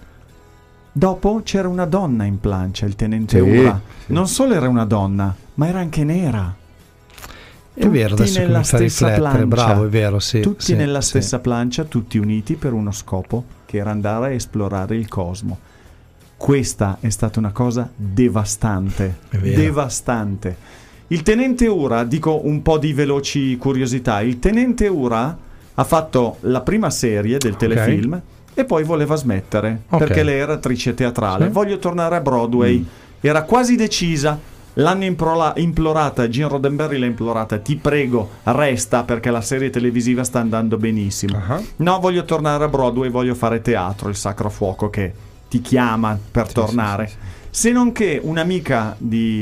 Dopo c'era una donna in plancia, il tenente Sì, Ura. sì. Non solo era una donna, ma era anche nera. È vero, Tutti adesso nella comincia a stessa riflettere, plancia. bravo, è vero, sì. Tutti sì, nella sì. stessa plancia, tutti uniti per uno scopo che era andare a esplorare il cosmo. questa è stata una cosa devastante, vero. devastante. Il tenente Ura, dico un po' di veloci curiosità, il tenente Ura ha fatto la prima serie del telefilm e poi voleva smettere, Ok. perché lei era attrice teatrale. Sì. Voglio tornare a Broadway. Era quasi decisa. L'hanno improla- implorata, Gene Roddenberry l'ha implorata, ti prego, resta perché la serie televisiva sta andando benissimo. Uh-huh. No, voglio tornare a Broadway, voglio fare teatro, il Sacro Fuoco che ti chiama per Sì, tornare. sì, sì, sì. Se non che un'amica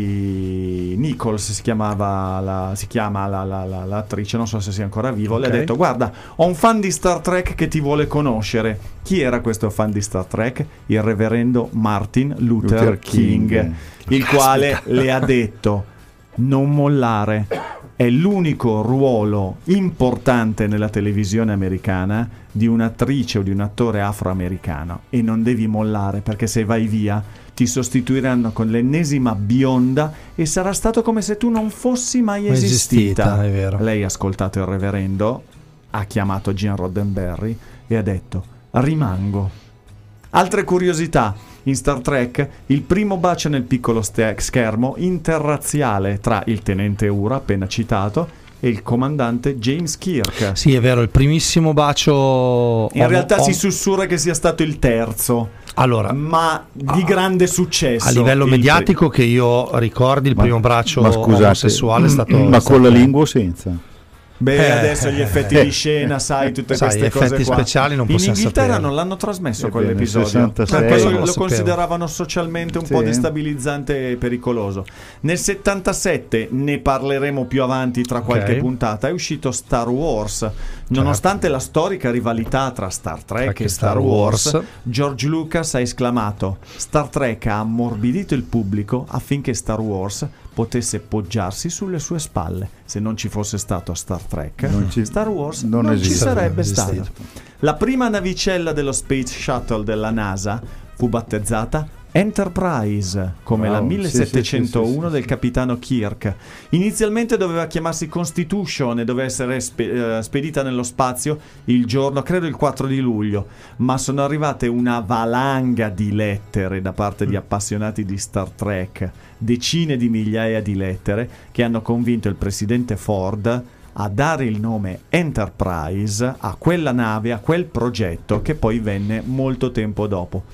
di Nichols, si chiamava la, si chiama la, la, la, l'attrice, non so se sia ancora vivo, le ha Ok. detto: guarda, ho un fan di Star Trek che ti vuole conoscere. Chi era questo fan di Star Trek? Il reverendo Martin Luther, Luther King, King. il quale le ha detto: non mollare, è l'unico ruolo importante nella televisione americana di un'attrice o di un attore afroamericano, e non devi mollare, perché se vai via ti sostituiranno con l'ennesima bionda e sarà stato come se tu non fossi mai Mai esistita. esistita, è vero. Lei ha ascoltato il reverendo, ha chiamato Gene Roddenberry e ha detto: rimango. Altre curiosità: in Star Trek il primo bacio nel piccolo ste- schermo interrazziale tra il tenente Ura appena citato e il comandante James Kirk. Sì, è vero, il primissimo bacio. In om- realtà om- si sussurra che sia stato il terzo, Allora, ma di grande successo. a livello Il- mediatico, che io ricordi, il Ma- primo braccio ma scusate, omosessuale è stato. ma è stato- con la lingua o senza? Beh, Eh, adesso gli effetti eh, di scena, sai, tutte sai, queste cose effetti qua. speciali non In possiamo Inghilterra sapere. non l'hanno trasmesso Ebbene, quell'episodio, sessantasei. perché lo, Non lo lo sapevo. consideravano socialmente un Sì. po' destabilizzante e pericoloso. Nel settantasette, ne parleremo più avanti tra qualche Ok. puntata, è uscito Star Wars. Nonostante la storica rivalità tra Star Trek Trek e e Star Star Wars, Wars, George Lucas ha esclamato: Star Trek ha ammorbidito il pubblico affinché Star Wars potesse poggiarsi sulle sue spalle. Se non ci fosse stato Star Trek, Non ci- Star Wars non non, ci esiste. sarebbe Non stato. esiste. La prima navicella dello Space Shuttle della NASA fu battezzata Enterprise, come Wow, la sì, millesettecentouno sì, sì, sì, del sì. capitano Kirk. Inizialmente doveva chiamarsi Constitution e doveva essere spe- eh, spedita nello spazio il giorno, credo il quattro di luglio, ma sono arrivate una valanga di lettere da parte di appassionati di Star Trek, decine di migliaia di lettere che hanno convinto il presidente Ford a dare il nome Enterprise a quella nave, a quel progetto che poi venne molto tempo dopo.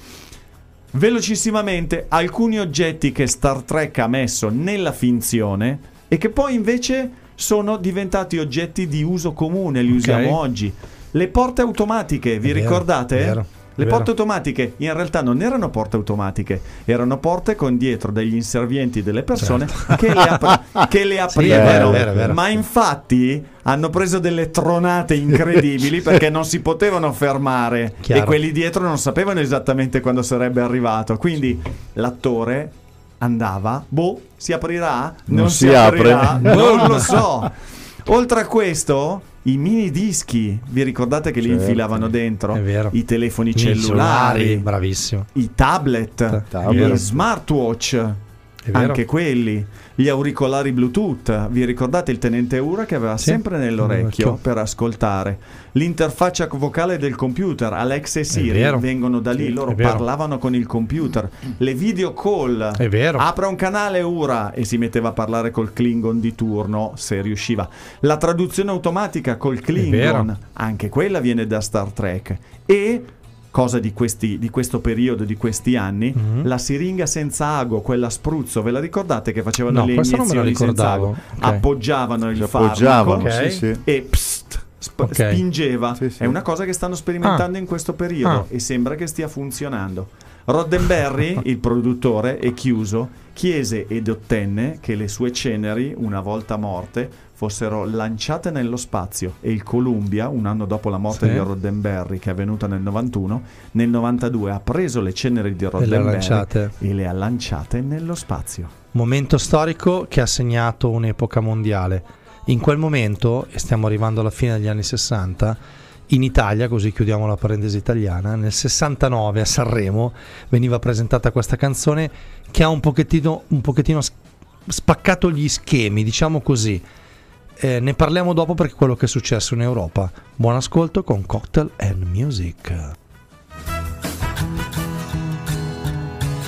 Velocissimamente, alcuni oggetti che Star Trek ha messo nella finzione e che poi invece sono diventati oggetti di uso comune, li Ok. usiamo oggi. Le porte automatiche, vi È vero, ricordate? è vero, Le è porte vero. automatiche in realtà non erano porte automatiche, erano porte con dietro degli inservienti delle persone che le, apri- che le aprivano. vero, è vero, è vero. Ma infatti hanno preso delle tronate incredibili perché non si potevano fermare Chiaro. e quelli dietro non sapevano esattamente quando sarebbe arrivato. Quindi l'attore andava, boh, si aprirà? Non, Non si, si aprirà? apre. Non lo so. Oltre a questo, i mini dischi, vi ricordate che li Certo. infilavano dentro? È vero. I telefoni I cellulari, bravissimo. i tablet, Tablet. gli smartwatch, È vero. anche quelli, gli auricolari Bluetooth. Vi ricordate il tenente Ura che aveva Sì, sempre nell'orecchio nell'orecchio. per ascoltare? L'interfaccia vocale del computer, Alexa e Siri vero. vengono da lì, Sì, loro è vero. parlavano con il computer. Le video call, È vero. apra un canale Ura e si metteva a parlare col Klingon di turno se riusciva. La traduzione automatica col Klingon, vero. anche quella viene da Star Trek. E cosa di, questi, di questo periodo, di questi anni, Mhm. la siringa senza ago, quella a spruzzo, ve la ricordate che facevano No, le questa non me la iniezioni senza ago? ricordavo. Ok. Appoggiavano il Si farmaco appoggiavano, Ok. sì, sì. e pst, sp- Ok. spingeva. Sì, sì. È una cosa che stanno sperimentando Ah. in questo periodo Ah. e sembra che stia funzionando. Roddenberry, il produttore e chiuso, chiese ed ottenne che le sue ceneri, una volta morte, fossero lanciate nello spazio, e il Columbia, un anno dopo la morte Sì. di Roddenberry, che è avvenuta nel novantuno, nel novantadue ha preso le ceneri di le ha Roddenberry lanciate. e le ha lanciate nello spazio. Momento storico che ha segnato un'epoca mondiale. In quel momento, e stiamo arrivando alla fine degli anni sessanta, in Italia, così chiudiamo la parentesi italiana, nel sessantanove a Sanremo veniva presentata questa canzone che ha un pochettino, un pochettino s- spaccato gli schemi, diciamo così. Eh, ne parliamo dopo perché è quello che è successo in Europa. Buon ascolto con Cocktail and Music.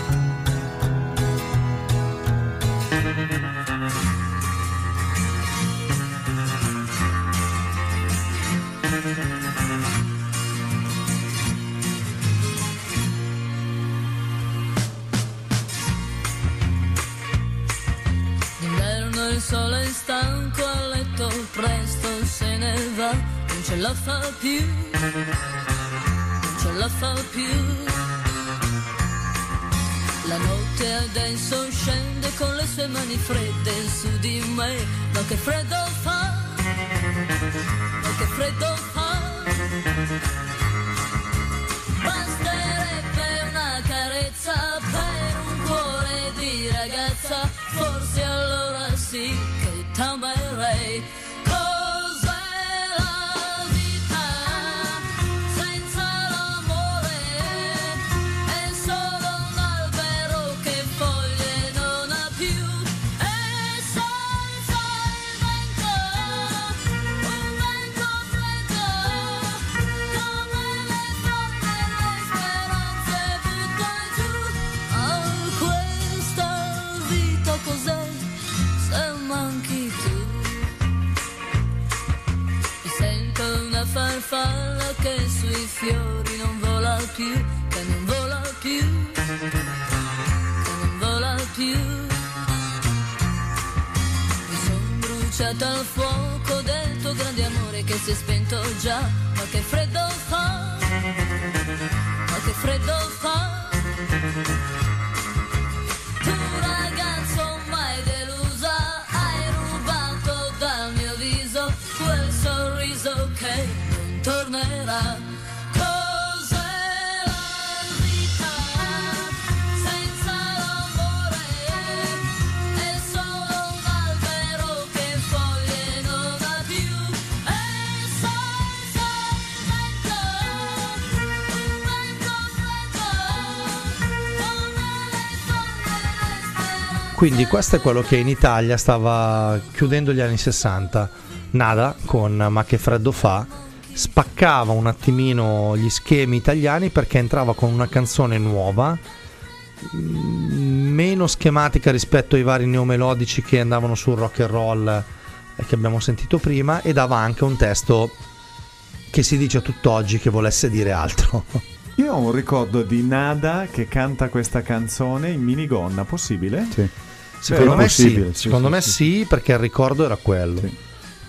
il sole è stanco a letto, presto se ne va, non ce la fa più, non ce la fa più. La notte adesso scende con le sue mani fredde su di me, ma che freddo fa, ma che freddo fa. Basterebbe una carezza per un cuore di ragazza, forse allora sì che t'amerei. Cos'è la vita senza l'amore? È solo un albero che foglie non ha più, e senza il vento, un vento freddo, come le forme le speranze butta giù. Ah, questa vita cos'è se manchi tu? Mi sento una farfalla che sui fiori non vola più, che non vola più, che non vola più. Mi son bruciata al fuoco del tuo grande amore che si è spento già, ma che freddo fa, ma che freddo fa. Tu ragazzo mai delusa, hai rubato dal mio viso quel sorriso che non tornerà. Cos'è la vita senza l'amore? È solo un albero che foglie non ha più, e senza il vento, un vento freddo, come le forme le speranze. Quindi questo è quello che in Italia stava chiudendo gli anni sessanta. Nada con Ma che freddo fa spaccava un attimino gli schemi italiani perché entrava con una canzone nuova, meno schematica rispetto ai vari neomelodici che andavano sul rock and roll eh, che abbiamo sentito prima, e dava anche un testo che si dice a tutt'oggi che volesse dire altro. Io ho un ricordo di Nada che canta questa canzone in minigonna, possibile? Sì. Secondo È me possibile, sì, sì, secondo sì, me sì. sì, perché il ricordo era quello. Sì.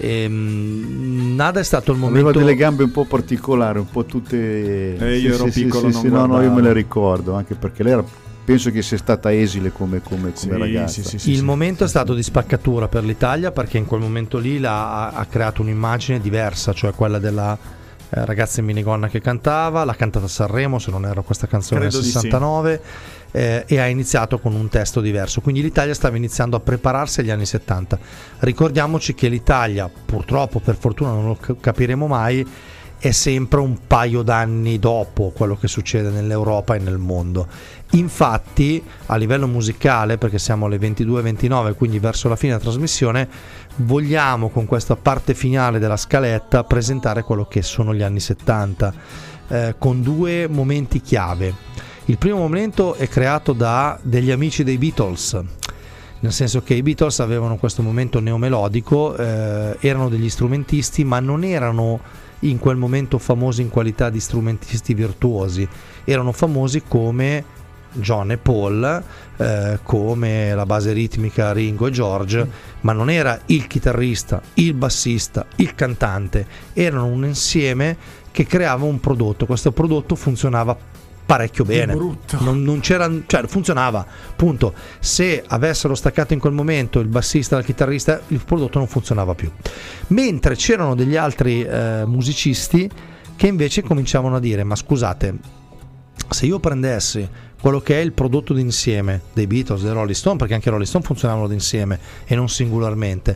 Ehm, Nada è stato il momento. Aveva delle gambe un po' particolari, un po' tutte. Eh, io ero piccolo, sì, non sì, no, no, io guardavo. me le ricordo, anche perché lei era, penso che sia stata esile come, come, come Sì, ragazza. sì, sì, sì, Il sì. momento è stato di spaccatura per l'Italia, perché in quel momento lì la, ha, ha creato un'immagine diversa, cioè quella della eh, ragazza in minigonna che cantava, l'ha cantata a Sanremo, se non erro questa canzone Credo nel di sì. sessantanove, eh, e ha iniziato con un testo diverso, quindi l'Italia stava iniziando a prepararsi agli anni settanta. Ricordiamoci che l'Italia, purtroppo, per fortuna non lo c- capiremo mai, è sempre un paio d'anni dopo quello che succede nell'Europa e nel mondo. Infatti a livello musicale, perché siamo alle ventidue e ventinove, quindi verso la fine della trasmissione, vogliamo con questa parte finale della scaletta presentare quello che sono gli anni settanta, eh, con due momenti chiave. Il primo momento è creato da degli amici dei Beatles, nel senso che i Beatles avevano questo momento neomelodico, eh, erano degli strumentisti, ma non erano in quel momento famosi in qualità di strumentisti virtuosi, erano famosi come John e Paul, eh, come la base ritmica Ringo e George, ma non era il chitarrista, il bassista, il cantante, erano un insieme che creava un prodotto. Questo prodotto funzionava parecchio bene, non, non c'era, cioè funzionava, punto. Se avessero staccato in quel momento il bassista dal chitarrista, il prodotto non funzionava più. Mentre c'erano degli altri eh, musicisti che invece cominciavano a dire: ma scusate, se io prendessi quello che è il prodotto d'insieme dei Beatles, dei Rolling Stone, perché anche i Rolling Stone funzionavano d'insieme e non singolarmente,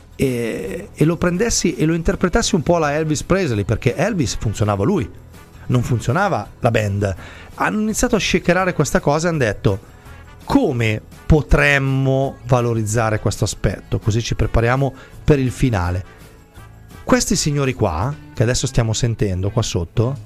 e, e lo prendessi e lo interpretassi un po' alla Elvis Presley, perché Elvis funzionava lui, non funzionava la band. Hanno iniziato a shakerare questa cosa e hanno detto: come potremmo valorizzare questo aspetto, così ci prepariamo per il finale. Questi signori qua, che adesso stiamo sentendo qua sotto,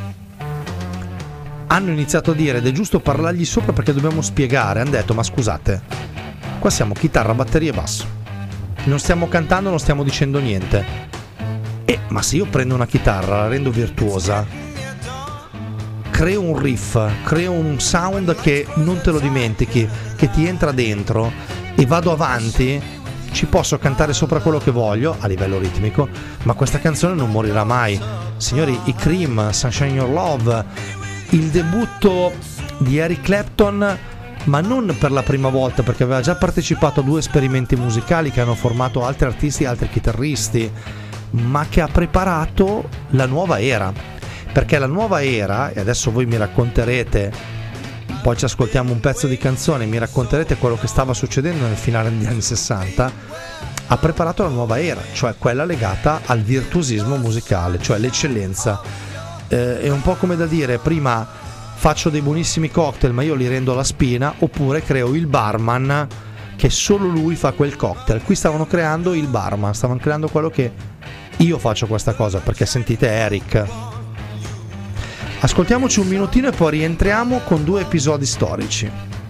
hanno iniziato a dire, ed è giusto parlargli sopra perché dobbiamo spiegare, hanno detto: ma scusate, qua siamo chitarra, batteria e basso, non stiamo cantando, non stiamo dicendo niente, e ma se io prendo una chitarra, la rendo virtuosa, creo un riff, creo un sound che non te lo dimentichi, che ti entra dentro, e vado avanti, ci posso cantare sopra quello che voglio a livello ritmico, ma questa canzone non morirà mai. Signori, i Cream, Sunshine Your Love, il debutto di Eric Clapton, ma non per la prima volta, perché aveva già partecipato a due esperimenti musicali che hanno formato altri artisti e altri chitarristi, ma che ha preparato la nuova era, perché la nuova era, e adesso voi mi racconterete, poi ci ascoltiamo un pezzo di canzone, mi racconterete quello che stava succedendo nel finale degli anni sessanta, ha preparato la nuova era, cioè quella legata al virtuosismo musicale, cioè l'eccellenza. Eh, è un po' come da dire, prima faccio dei buonissimi cocktail ma io li rendo alla spina, oppure creo il barman che solo lui fa quel cocktail. Qui stavano creando il barman, stavano creando quello che io faccio questa cosa, perché sentite Eric. Ascoltiamoci un minutino e poi rientriamo con due episodi storici.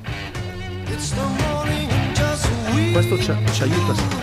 Questo ci, ci aiuta.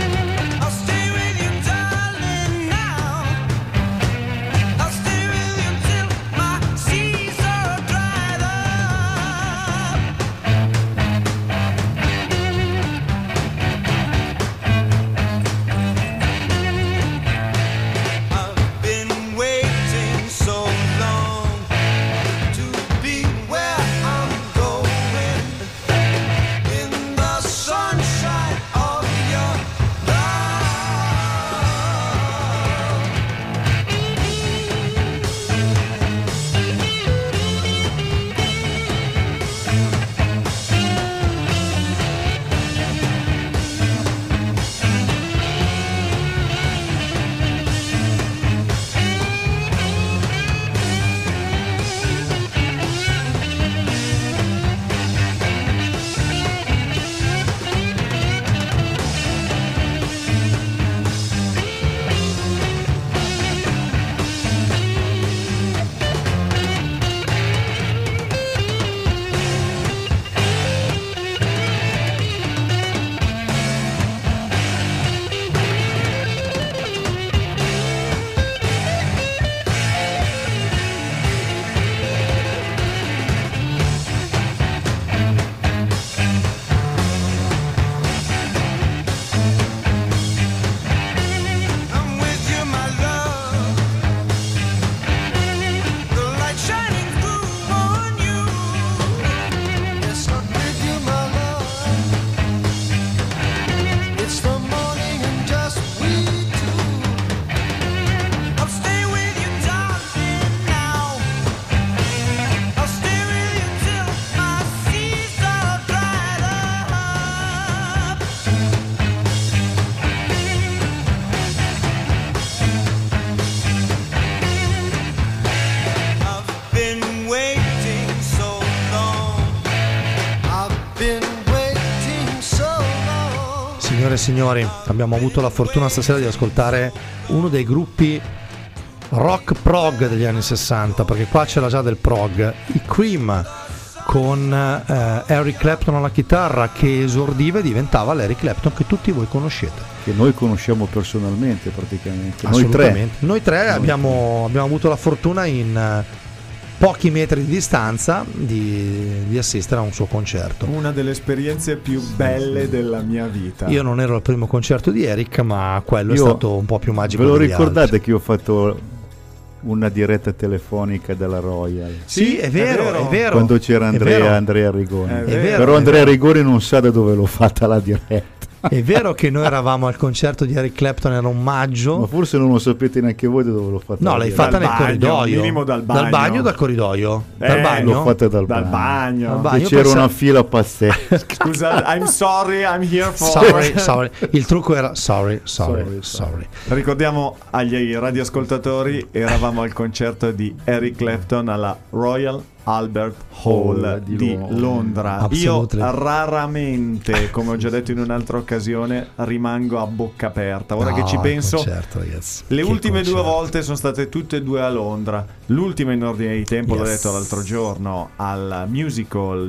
Signore e signori, abbiamo avuto la fortuna stasera di ascoltare uno dei gruppi rock prog degli anni sessanta, perché qua c'era già del prog, i Cream, con eh, Eric Clapton alla chitarra, che esordiva e diventava l'Eric Clapton che tutti voi conoscete, che noi conosciamo personalmente praticamente. Noi Assolutamente. tre, noi tre noi abbiamo, tre. abbiamo avuto la fortuna in pochi metri di distanza di, di assistere a un suo concerto. Una delle esperienze più belle della mia vita. Io non ero al primo concerto di Eric, ma quello Io, è stato un po' più magico. Ve lo degli ricordate altri. che io ho fatto una diretta telefonica della Royal? Sì, è vero, è vero. È vero. Quando c'era Andrea, È vero. Andrea Rigoni. È vero, Però è Andrea vero. Rigoni non sa da dove l'ho fatta la diretta. È vero che noi eravamo al concerto di Eric Clapton, era un maggio. Ma forse non lo sapete neanche voi da dove l'ho fatta. No, la l'hai diretta. fatta nel bagno, corridoio. minimo dal bagno. Dal bagno o dal corridoio? Eh, dal bagno? L'ho fatta dal, Dal bagno. bagno. Dal E bagno c'era pensa- una fila pazzesca. Scusa, I'm sorry, I'm here for. Sorry, sorry. Il trucco era sorry, sorry, Sorry, sorry. Ricordiamo agli radioascoltatori, eravamo al concerto di Eric Clapton alla Royal Albert Hall Hall di, di Londra. Londra. Absolutely. Io raramente, come ho già detto in un'altra occasione, rimango a bocca aperta. Ora No, che ci penso, concerto, ragazzi. le Che ultime concerto. due volte sono state tutte e due a Londra. L'ultima in ordine di tempo, l'ho Yes. detto l'altro giorno, al musical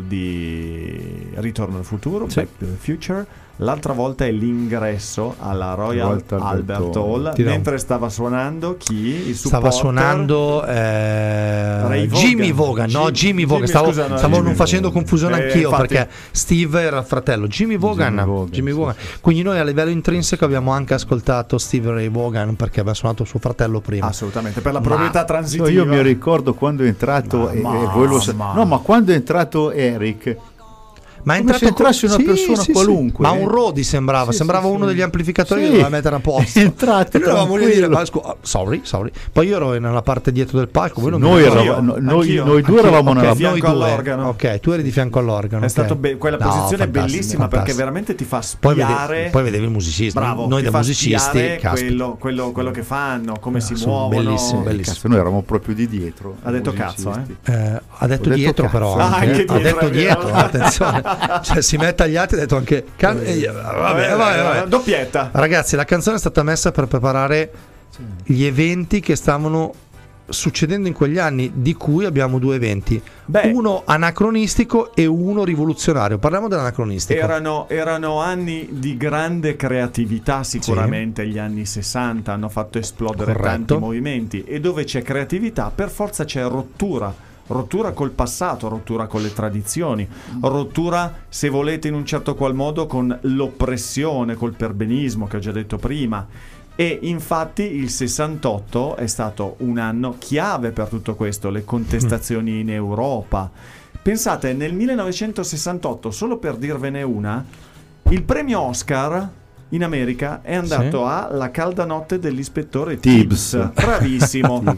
di Ritorno al futuro, Sì. Back to the Future. L'altra volta è l'ingresso alla Royal Royal Albert Albert Hall. Hall. Ti do- Mentre stava suonando chi? Il Stava supporter? suonando eh, Ray Jimmy Vaughan. Vaughan, no, No, Jimmy Vaughan, stavo, scusa, no, stavo Jimmy non facendo confusione Eh, anch'io infatti- perché Steve era il fratello. Jimmy Vaughan, Jimmy Vaughan, Jimmy sì, Vaughan. Quindi noi a livello intrinseco abbiamo anche ascoltato Steve Ray Vaughan perché aveva suonato suo fratello prima. Assolutamente, per la Ma- proprietà No, transitiva. io mi ricordo quando è entrato e, e voi lo sa- ma- no, ma quando è entrato Eric, Ma è come se entrato entrasse una sì, persona sì, sì. qualunque. Ma un Rodi sembrava, Sì, sembrava sì, uno sì. degli amplificatori Sì. che doveva mettere a posto. È entrato E noi eravamo lì a dire, tranquillo. ma scu- ah, sorry, sorry. Poi io ero nella parte dietro del palco. voi non mi Noi ricordate. eravamo- no- noi- Anch'io, noi due anch'io. eravamo Ok, nella- a fianco Noi due. all'organo. Ok, tu eri di fianco all'organo. È ok. stato be- quella No, posizione è fantastico, bellissima perché fantastico. veramente ti fa Poi, spiare. vede- poi vedevi il musicista. Bravo, Noi ti da fa musicisti, spiare caspita. quello, quello, quello che fanno, come si sono muovono. bellissimi, bellissimi. Cazzo, noi eravamo proprio di dietro. Ha detto musicisti. cazzo, eh? Eh, ha detto Ho detto dietro cazzo. però Ah, anche, anche eh. ha dietro, detto è dietro, vero. attenzione, cioè si mette agli altri, ha detto anche cal- eh, vabbè, Eh, vabbè, vabbè. Doppietta. Ragazzi, la canzone è stata messa per preparare gli eventi che stavano succedendo in quegli anni, di cui abbiamo due eventi, Beh. uno anacronistico e uno rivoluzionario. Parliamo dell'anacronistico. Erano, erano anni di grande creatività, sicuramente gli anni sessanta hanno fatto esplodere Corretto. tanti movimenti, e dove c'è creatività per forza c'è rottura. Rottura col passato, rottura con le tradizioni, rottura, se volete, in un certo qual modo con l'oppressione, col perbenismo che ho già detto prima. E infatti il sessantotto è stato un anno chiave per tutto questo, le contestazioni in Europa. Pensate, nel millenovecentosessantotto, solo per dirvene una, il premio Oscar in America è andato Sì. a La calda notte dell'ispettore Tibbs. Tibbs. Bravissimo.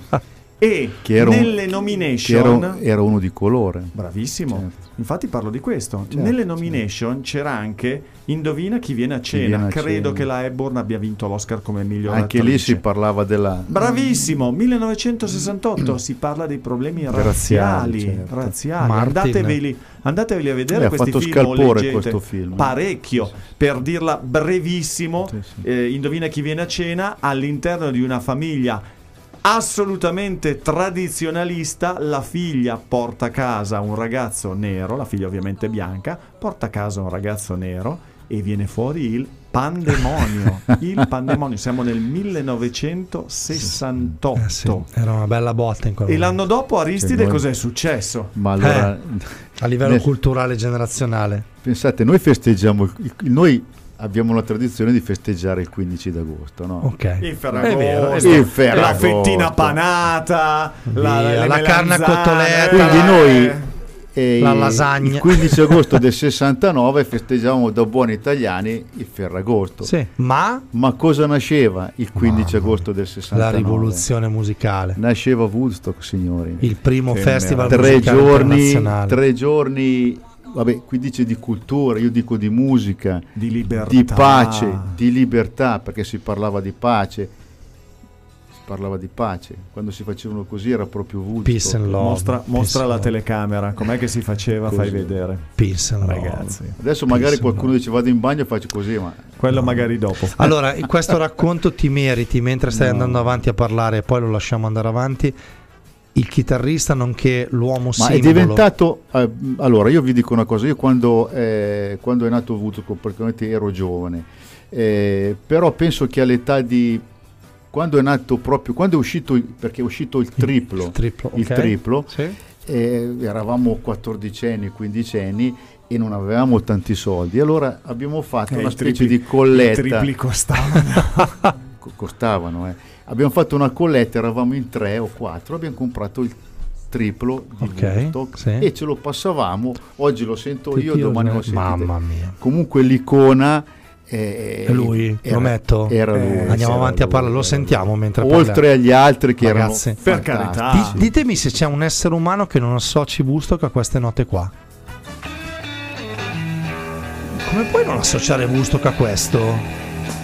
E Che era un- nelle che nomination era, era uno di colore. Bravissimo, Certo. infatti parlo di questo. Certo, Nelle nomination c'era anche Indovina chi viene a cena. viene a Credo cena. che la Hepburn abbia vinto l'Oscar come miglior Anche attrice. lì si parlava della Bravissimo, millenovecentosessantotto si parla dei problemi razziali, Razziali, certo. razziali. Martin. Andateveli, andateveli a vedere Eh, ha questi fatto film, scalpore leggete. questo film. Parecchio, per dirla brevissimo, Sì, sì. eh, Indovina chi viene a cena, all'interno di una famiglia assolutamente tradizionalista, la figlia porta a casa un ragazzo nero, la figlia ovviamente bianca, porta a casa un ragazzo nero e viene fuori il pandemonio. Il pandemonio, siamo nel millenovecentosessantotto. Eh sì, era una bella botta in quel E momento. l'anno dopo Aristide Cioè, noi- cos'è successo? Ma allora, Eh, a livello nel- culturale generazionale. pensate, noi festeggiamo, il- il- noi abbiamo la tradizione di festeggiare il quindici d'agosto, no? Ok. Il È Ferragosto, vero, è Il vero. la Ferragosto. fettina panata, la, Via, le la carne a melanzane, cotoletta, Quindi eh. noi eh, La lasagna. il quindici agosto del sessantanove festeggiamo da buoni italiani il Ferragosto. Sì, ma Ma cosa nasceva il quindici Mamma agosto del la sessantanove? rivoluzione musicale, Nasceva Woodstock, signori. il primo Che festival tre musicale giorni, internazionale. tre giorni, vabbè, qui dice di cultura, io dico di musica, di libertà, di pace, di libertà, perché si parlava di pace. Si parlava di pace. Quando si facevano così era proprio Woodstock. Peace and love. Mostra, Peace mostra and la love. telecamera, com'è che si faceva, Così. fai vedere. Peace and love. Ragazzi, Adesso magari Peace and qualcuno dice vado in bagno e faccio così, ma quello magari dopo. Allora, in questo racconto ti meriti, mentre stai No. andando avanti a parlare, e poi lo lasciamo andare avanti, il chitarrista nonché l'uomo Ma è simbolo. diventato, eh, allora io vi dico una cosa, io quando, eh, quando è nato Woodstock praticamente ero giovane, eh, però penso che all'età di, quando è nato proprio, quando è uscito, il- perché è uscito il triplo, Il triplo, il ok. triplo, Sì. eh, eravamo quattordicenni, quindicenni e non avevamo tanti soldi, allora abbiamo fatto Eh, una i specie tripli- di colletta. I tripli costavano. Co- costavano, eh. Abbiamo fatto una colletta, eravamo in tre o quattro, abbiamo comprato il triplo di Ok, Woodstock sì. e ce lo passavamo. Oggi lo sento io, Io domani ne- lo sentite. Mamma mia. Comunque l'icona eh, È lui, era, lo metto. era Eh, lui, Andiamo era avanti a lui, parlare, lo era sentiamo lui. mentre oltre parliamo. agli altri che Ragazzi, erano per fantastici. carità. Di- ditemi se c'è un essere umano che non associ Woodstock a queste note qua. Come puoi non associare Woodstock a questo?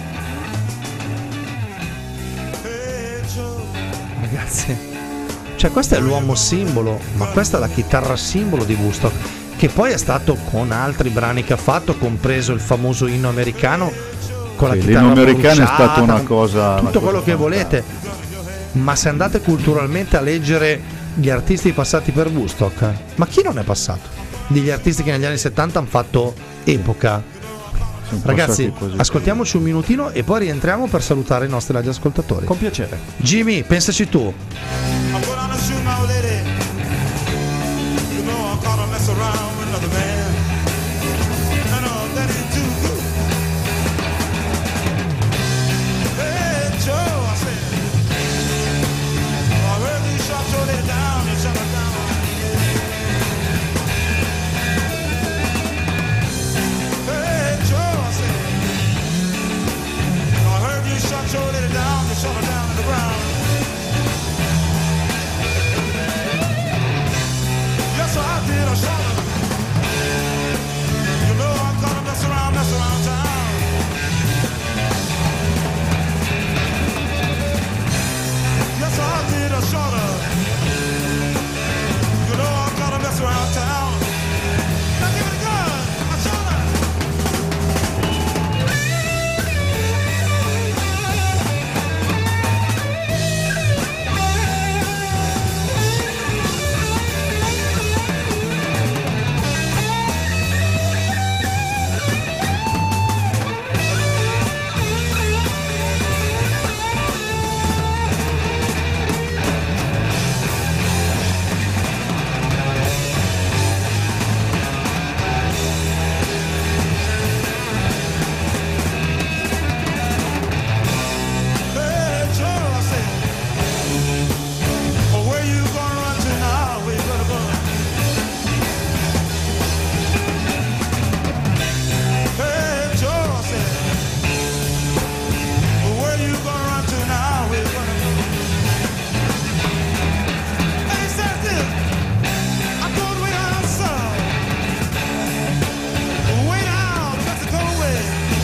Ragazzi, cioè questo è l'uomo simbolo, ma questa è la chitarra simbolo di Woodstock, che poi è stato con altri brani che ha fatto, compreso il famoso inno americano con la Sì, chitarra l'inno americano è bruciata, stata una con cosa- una tutto cosa quello che volete. fantastica. Ma se andate culturalmente a leggere gli artisti passati per Woodstock, ma chi non è passato? Degli artisti che negli anni settanta hanno fatto epoca. Sono Ragazzi, passati così. ascoltiamoci un minutino e poi rientriamo per salutare i nostri radioascoltatori. Con piacere. Jimmy, pensaci tu. I'm going on a shoot now, lady. another man. I know that ain't too good. Hey Joe, I said, I heard you shot your lady down and shut her down. Hey Joe, I said, I heard you shot your lady down and shut her down in the ground. Yes, I did, I shot her. You know I'm gonna mess around, mess around town. Yes, I did, I shot her. You know I'm gonna mess around town. Now give it a gun, I shot her. Hey, Joe, I said, well, where you gonna run to now? Where you gonna run? Hey, Joe, I said, well, where you gonna run to now? Where you gonna run? Hey, says this, I'm going way down south, way down Mexico way.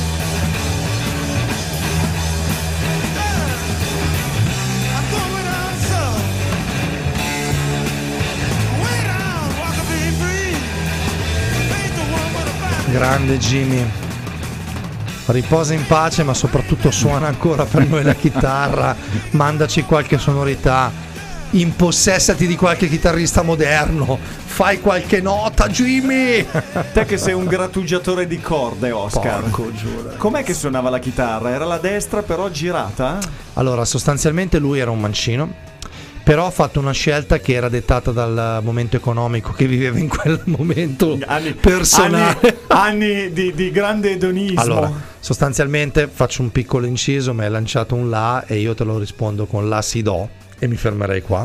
I'm going way down south, way down, walk a be free. Ain't the one with a family. Grande Jimmy, riposa in pace, ma soprattutto suona ancora per noi la chitarra, mandaci qualche sonorità, impossessati di qualche chitarrista moderno, fai qualche nota Jimmy. Te che sei un grattugiatore di corde, Oscar. Porco giuro. Com'è che suonava la chitarra? Era la destra però girata? Allora, sostanzialmente lui era un mancino, però ha fatto una scelta che era dettata dal momento economico che viveva in quel momento Anni, personale. anni, anni di, di grande edonismo. Allora, sostanzialmente faccio un piccolo inciso, mi hai lanciato un La e io te lo rispondo con La si do e mi fermerei qua.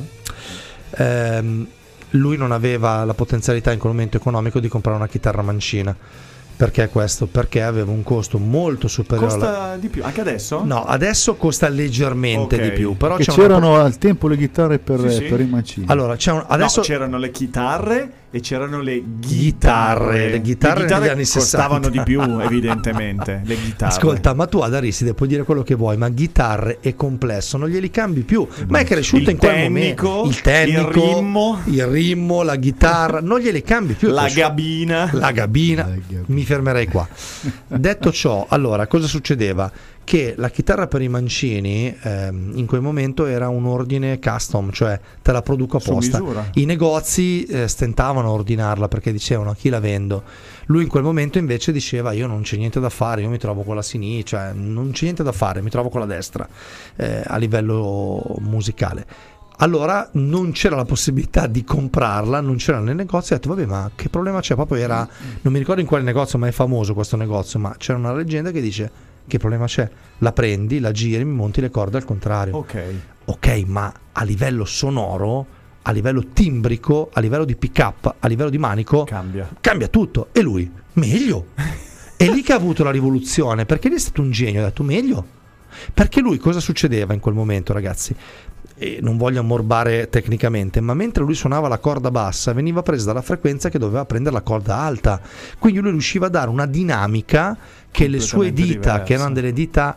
Ehm, lui non aveva la potenzialità in quel momento economico di comprare una chitarra mancina. Perché questo? Perché aveva un costo molto superiore. Costa alla... di più, anche adesso? No, adesso costa leggermente Ok. di più. Però Che c'è c'erano una... al tempo le chitarre per, Sì, sì. per i mancini. Allora, c'è un... adesso No, c'erano le chitarre e c'erano le Chitarre, chitarre. le chitarre negli anni costavano sessanta. di più, evidentemente. Le chitarre. Ascolta, ma tu ad Aristide puoi dire quello che vuoi, ma chitarre e complesso non glieli cambi più. Ma è cresciuto Il in quel tennico, momento. Il tennico, il rimmo. il rimmo, la chitarra, non glieli cambi più. La Cresciuto- gabina. La gabina. Mi fermerei qua. Detto ciò, allora, cosa succedeva? Che la chitarra per i mancini ehm, in quel momento era un ordine custom, cioè te la produco Su apposta. misura. I negozi eh, stentavano a ordinarla perché dicevano a chi la vendo. Lui in quel momento invece diceva io non c'è niente da fare, io mi trovo con la sinistra, cioè non c'è niente da fare, mi trovo con la destra eh, a livello musicale. Allora non c'era la possibilità di comprarla, non c'era nel negozio, ho detto vabbè ma che problema c'è? Proprio era, non mi ricordo in quale negozio, ma è famoso questo negozio, ma c'era una leggenda che dice che problema c'è? La prendi, la giri, mi monti le corde al contrario. Ok. Ok, ma a livello sonoro, a livello timbrico, a livello di pick up, a livello di manico, Cambia. cambia tutto. E lui, meglio. È lì che ha avuto la rivoluzione, perché lui è stato un genio, ha detto meglio. Perché lui cosa succedeva in quel momento, ragazzi? E non voglio ammorbare tecnicamente, ma mentre lui suonava la corda bassa veniva presa dalla frequenza che doveva prendere la corda alta, quindi lui riusciva a dare una dinamica che le sue Completamente dita, diversa. che erano delle dita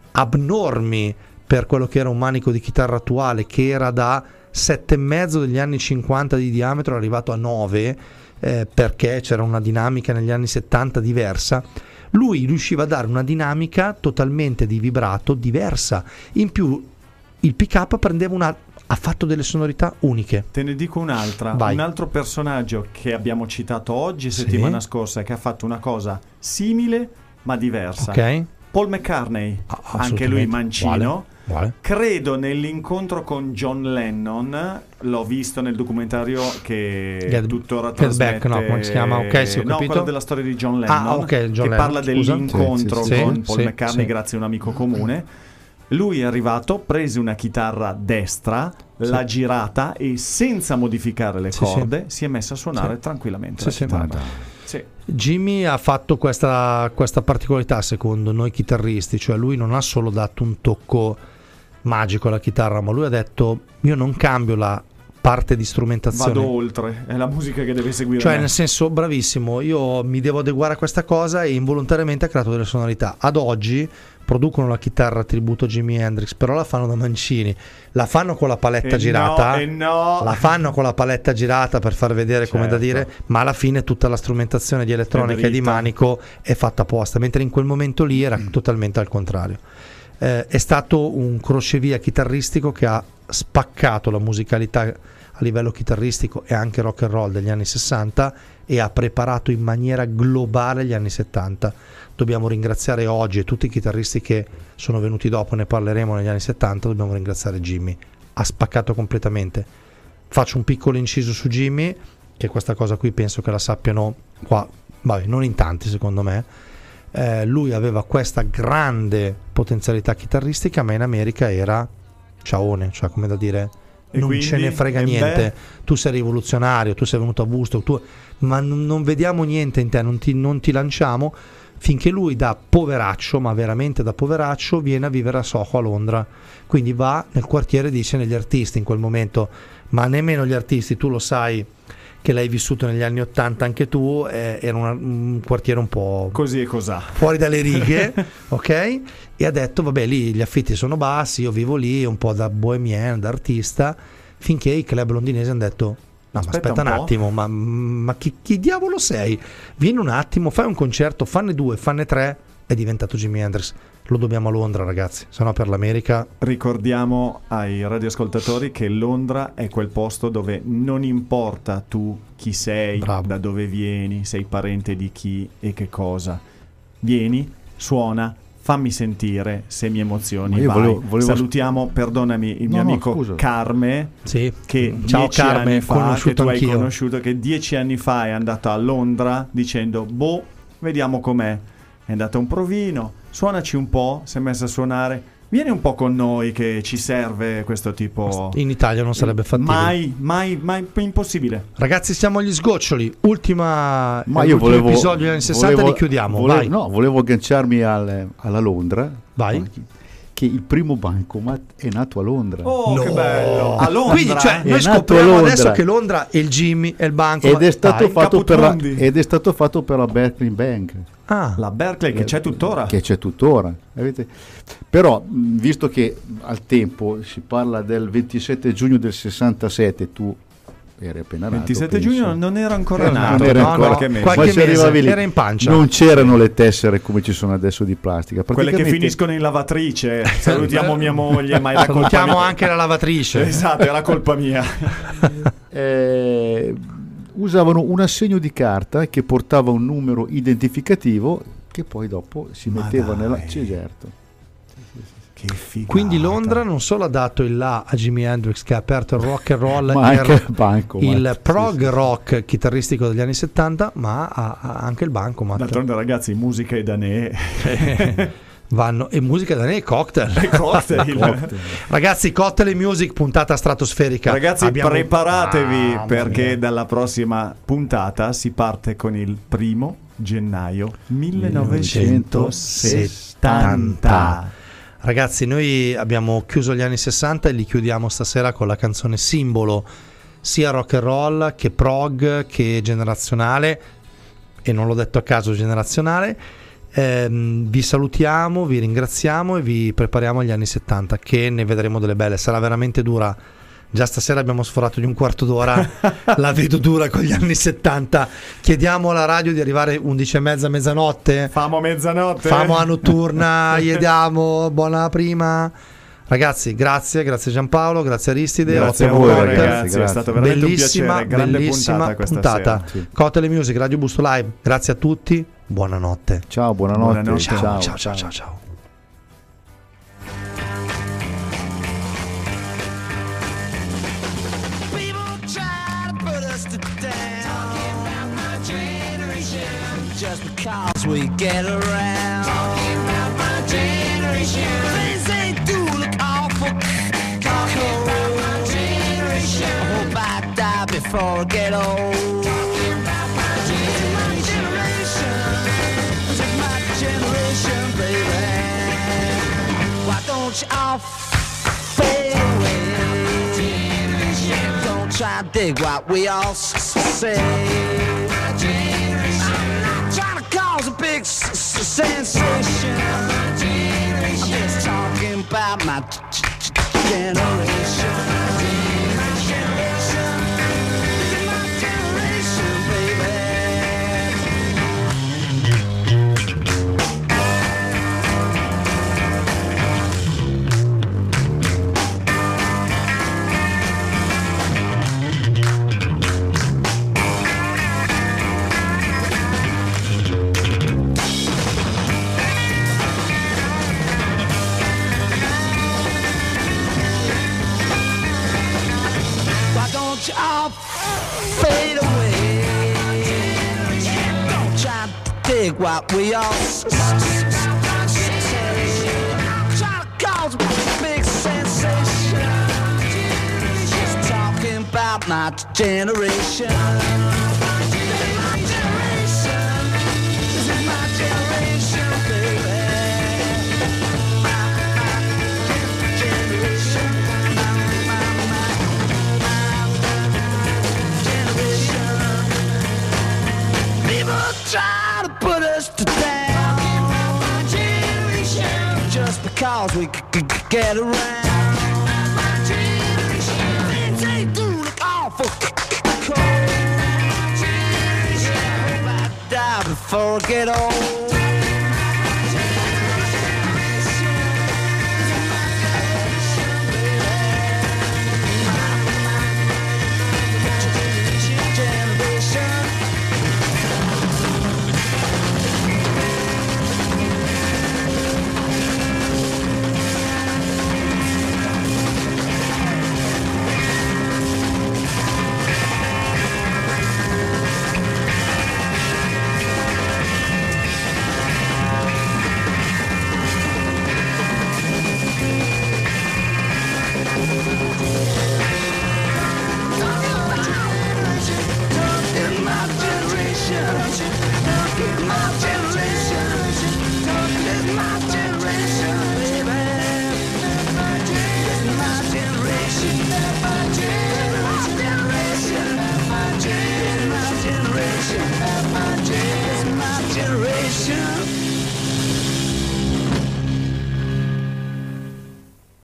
abnormi per quello che era un manico di chitarra attuale, che era da sette e mezzo degli anni cinquanta di diametro, è arrivato a nove eh, perché c'era una dinamica negli anni settanta diversa. Lui riusciva a dare una dinamica totalmente di vibrato diversa, in più il pick up prendeva una, ha fatto delle sonorità uniche. Te ne dico un'altra. Vai. Un altro personaggio che abbiamo citato oggi, Sì. settimana scorsa, che ha fatto una cosa simile ma diversa. Ok. Paul McCartney, Ah, anche lui assolutamente. mancino, Quale? Credo nell'incontro con John Lennon, l'ho visto nel documentario che Get- tuttora Get trasmette. Back, no, come si chiama? Ok, sì, ho no, capito. quello della storia di John Lennon, Ah, ok, John che Lennon, parla scusa. dell'incontro Sì, sì, con sì. Paul Sì, McCartney sì. grazie a un amico comune. Lui è arrivato, prese una chitarra destra, Sì. l'ha girata e senza modificare le Sì, corde si è messa a suonare Sì. tranquillamente Sì, la sì. chitarra. Sì. Jimmy ha fatto questa, questa particolarità secondo noi chitarristi, cioè lui non ha solo dato un tocco magico alla chitarra, ma lui ha detto io non cambio la parte di strumentazione. Vado oltre, è la musica che deve seguire Cioè me. nel senso, bravissimo, io mi devo adeguare a questa cosa e involontariamente ha creato delle sonorità. Ad oggi producono la chitarra tributo a Jimi Hendrix, però la fanno da mancini, la fanno con la paletta E girata, no, e no. la fanno con la paletta girata per far vedere come da Certo. dire, ma alla fine tutta la strumentazione di elettronica e di dritta. manico è fatta apposta, mentre in quel momento lì era totalmente al contrario. Eh, è stato un crocevia chitarristico che ha spaccato la musicalità a livello chitarristico e anche rock and roll degli anni sessanta e ha preparato in maniera globale gli anni settanta. Dobbiamo ringraziare oggi e tutti i chitarristi che sono venuti dopo, ne parleremo negli anni settanta, dobbiamo ringraziare Jimmy. Ha spaccato completamente. Faccio un piccolo inciso su Jimmy, che questa cosa qui penso che la sappiano qua, vabbè, non in tanti secondo me. Eh, lui aveva questa grande potenzialità chitarristica, ma in America era ciaone, cioè come da dire E non quindi? ce ne frega E niente, beh. tu sei rivoluzionario, tu sei venuto a Woodstock, tu... ma non, non vediamo niente in te, non ti, non ti lanciamo, finché lui da poveraccio, ma veramente da poveraccio, viene a vivere a Soho a Londra, quindi va nel quartiere, dice, negli artisti in quel momento, ma nemmeno gli artisti, tu lo sai che l'hai vissuto negli anni ottanta anche tu, eh, era una- un quartiere un po' Così e cos'ha. fuori dalle righe, ok? E ha detto vabbè, lì gli affitti sono bassi, io vivo lì un po' da bohemian, da artista, finché i club londinesi hanno detto no, ma Aspetta aspetta un un po'." attimo, ma, ma chi, chi diavolo sei? Vieni un attimo, fai un concerto, fanne due, fanne tre, è diventato Jimi Hendrix. Lo dobbiamo a Londra, ragazzi, se no per l'America. Ricordiamo ai radioascoltatori che Londra è quel posto dove non importa tu chi sei, Bravo. da dove vieni, sei parente di chi e che cosa. Vieni, suona, fammi sentire se mi emozioni. Ma io vai. volevo- volevo- Salutiamo, perdonami, il No, mio no, amico scusa. Carme, Sì. che Ciao dieci Carme, anni fa, conosciuto che tu hai anch'io. conosciuto, che dieci anni fa è andato a Londra dicendo boh, vediamo com'è. È andato a un provino, suonaci un po', si è messo a suonare. Vieni un po' con noi che ci serve questo tipo. In Italia non sarebbe fattibile. Mai, mai, mai impossibile. Ragazzi, siamo agli sgoccioli. Ultima, Ma eh, io l'ultimo volevo, episodio degli anni sessanta volevo- li chiudiamo. volevo- vai. No, volevo agganciarmi al- alla Londra. Vai. Che il primo bancomat è nato a Londra. Oh, No. che bello! A Londra. Quindi, cioè, È noi nato a scopriamo Londra. adesso che Londra è il Jimmy, è il banco. Ed è, stato Vai. fatto per la, Capotondi. ed è stato fatto per la Berkeley Bank. Ah, La Berkeley che c'è tuttora. Che c'è tuttora. Avete- Però, mh, visto che al tempo si parla del ventisette giugno del sessantasette, tu eri appena nato. ventisette penso. giugno non ero ancora Eh, nato. Non era no, ancora- no, qualche mese. qualche Ma ci mese, arrivavi lì. era in pancia. Non c'erano le tessere come ci sono adesso di plastica. Quelle che Praticamente- finiscono in lavatrice. Salutiamo mia moglie, ma era colpa salutiamo mia. anche la lavatrice. Esatto, era colpa mia. eh, usavano un assegno di carta che portava un numero identificativo che poi dopo si Ma metteva dai. nella... Sì, certo. Che figata. Quindi Londra non solo ha dato il là a Jimi Hendrix che ha aperto il rock and roll, Ma il- anche il bancomat. il prog Sì, sì. rock chitarristico degli anni settanta, ma ha, ha anche il bancomat. D'altronde, ragazzi, musica e danè. Vanno e musica da nei cocktail. Cocktail. Ragazzi, cocktail e music, puntata stratosferica. Ragazzi, Abbiamo- preparatevi Mamma perché mia. dalla prossima puntata si parte con il primo gennaio millenovecentosettanta. Ragazzi, noi abbiamo chiuso gli anni sessanta e li chiudiamo stasera con la canzone simbolo sia rock and roll che prog che generazionale, e non l'ho detto a caso generazionale. Ehm, vi salutiamo, vi ringraziamo e vi prepariamo agli anni settanta, che ne vedremo delle belle. Sarà veramente dura. Già stasera abbiamo sforato di un quarto d'ora, la vedo dura con gli anni settanta. Chiediamo alla radio di arrivare undici e mezza, mezzanotte. Famo mezzanotte. Famo a notturna, gli diamo buona prima. Ragazzi, grazie, grazie Giampaolo, grazie Aristide. Grazie a ottimo voi, cocktail. ragazzi, è grazie. stato veramente Bellissima, un piacere. Grande bellissima puntata questa puntata. sera. Sì. Cocktail e Music, Radio Busto Live. Grazie a tutti, buonanotte. Ciao, buonanotte. Buonanotte. Ciao, ciao, ciao, ciao, ciao. just because we get around. Talking about my generation. Things they do look awful. Talking about my generation. I hope I die before I get old. Talking about my generation. This is my generation, baby. Why don't you all fade away? Don't try to dig what we all s- say. I'm not trying to cause a big s- s- sensation. I'm just talking about my g- g- generation. My generation. This is my generation, baby. Why don't you all fade away? Don't try to dig what we all s- s- s- say. Try to cause a big sensation. Just talking about my generation. This is my generation. This is my generation, baby. My, my generation. My, my, my. People try to put us to down. Just because we c- c- get around. Things they do look awful c- c- cold. I hope I die before I get old. Generation.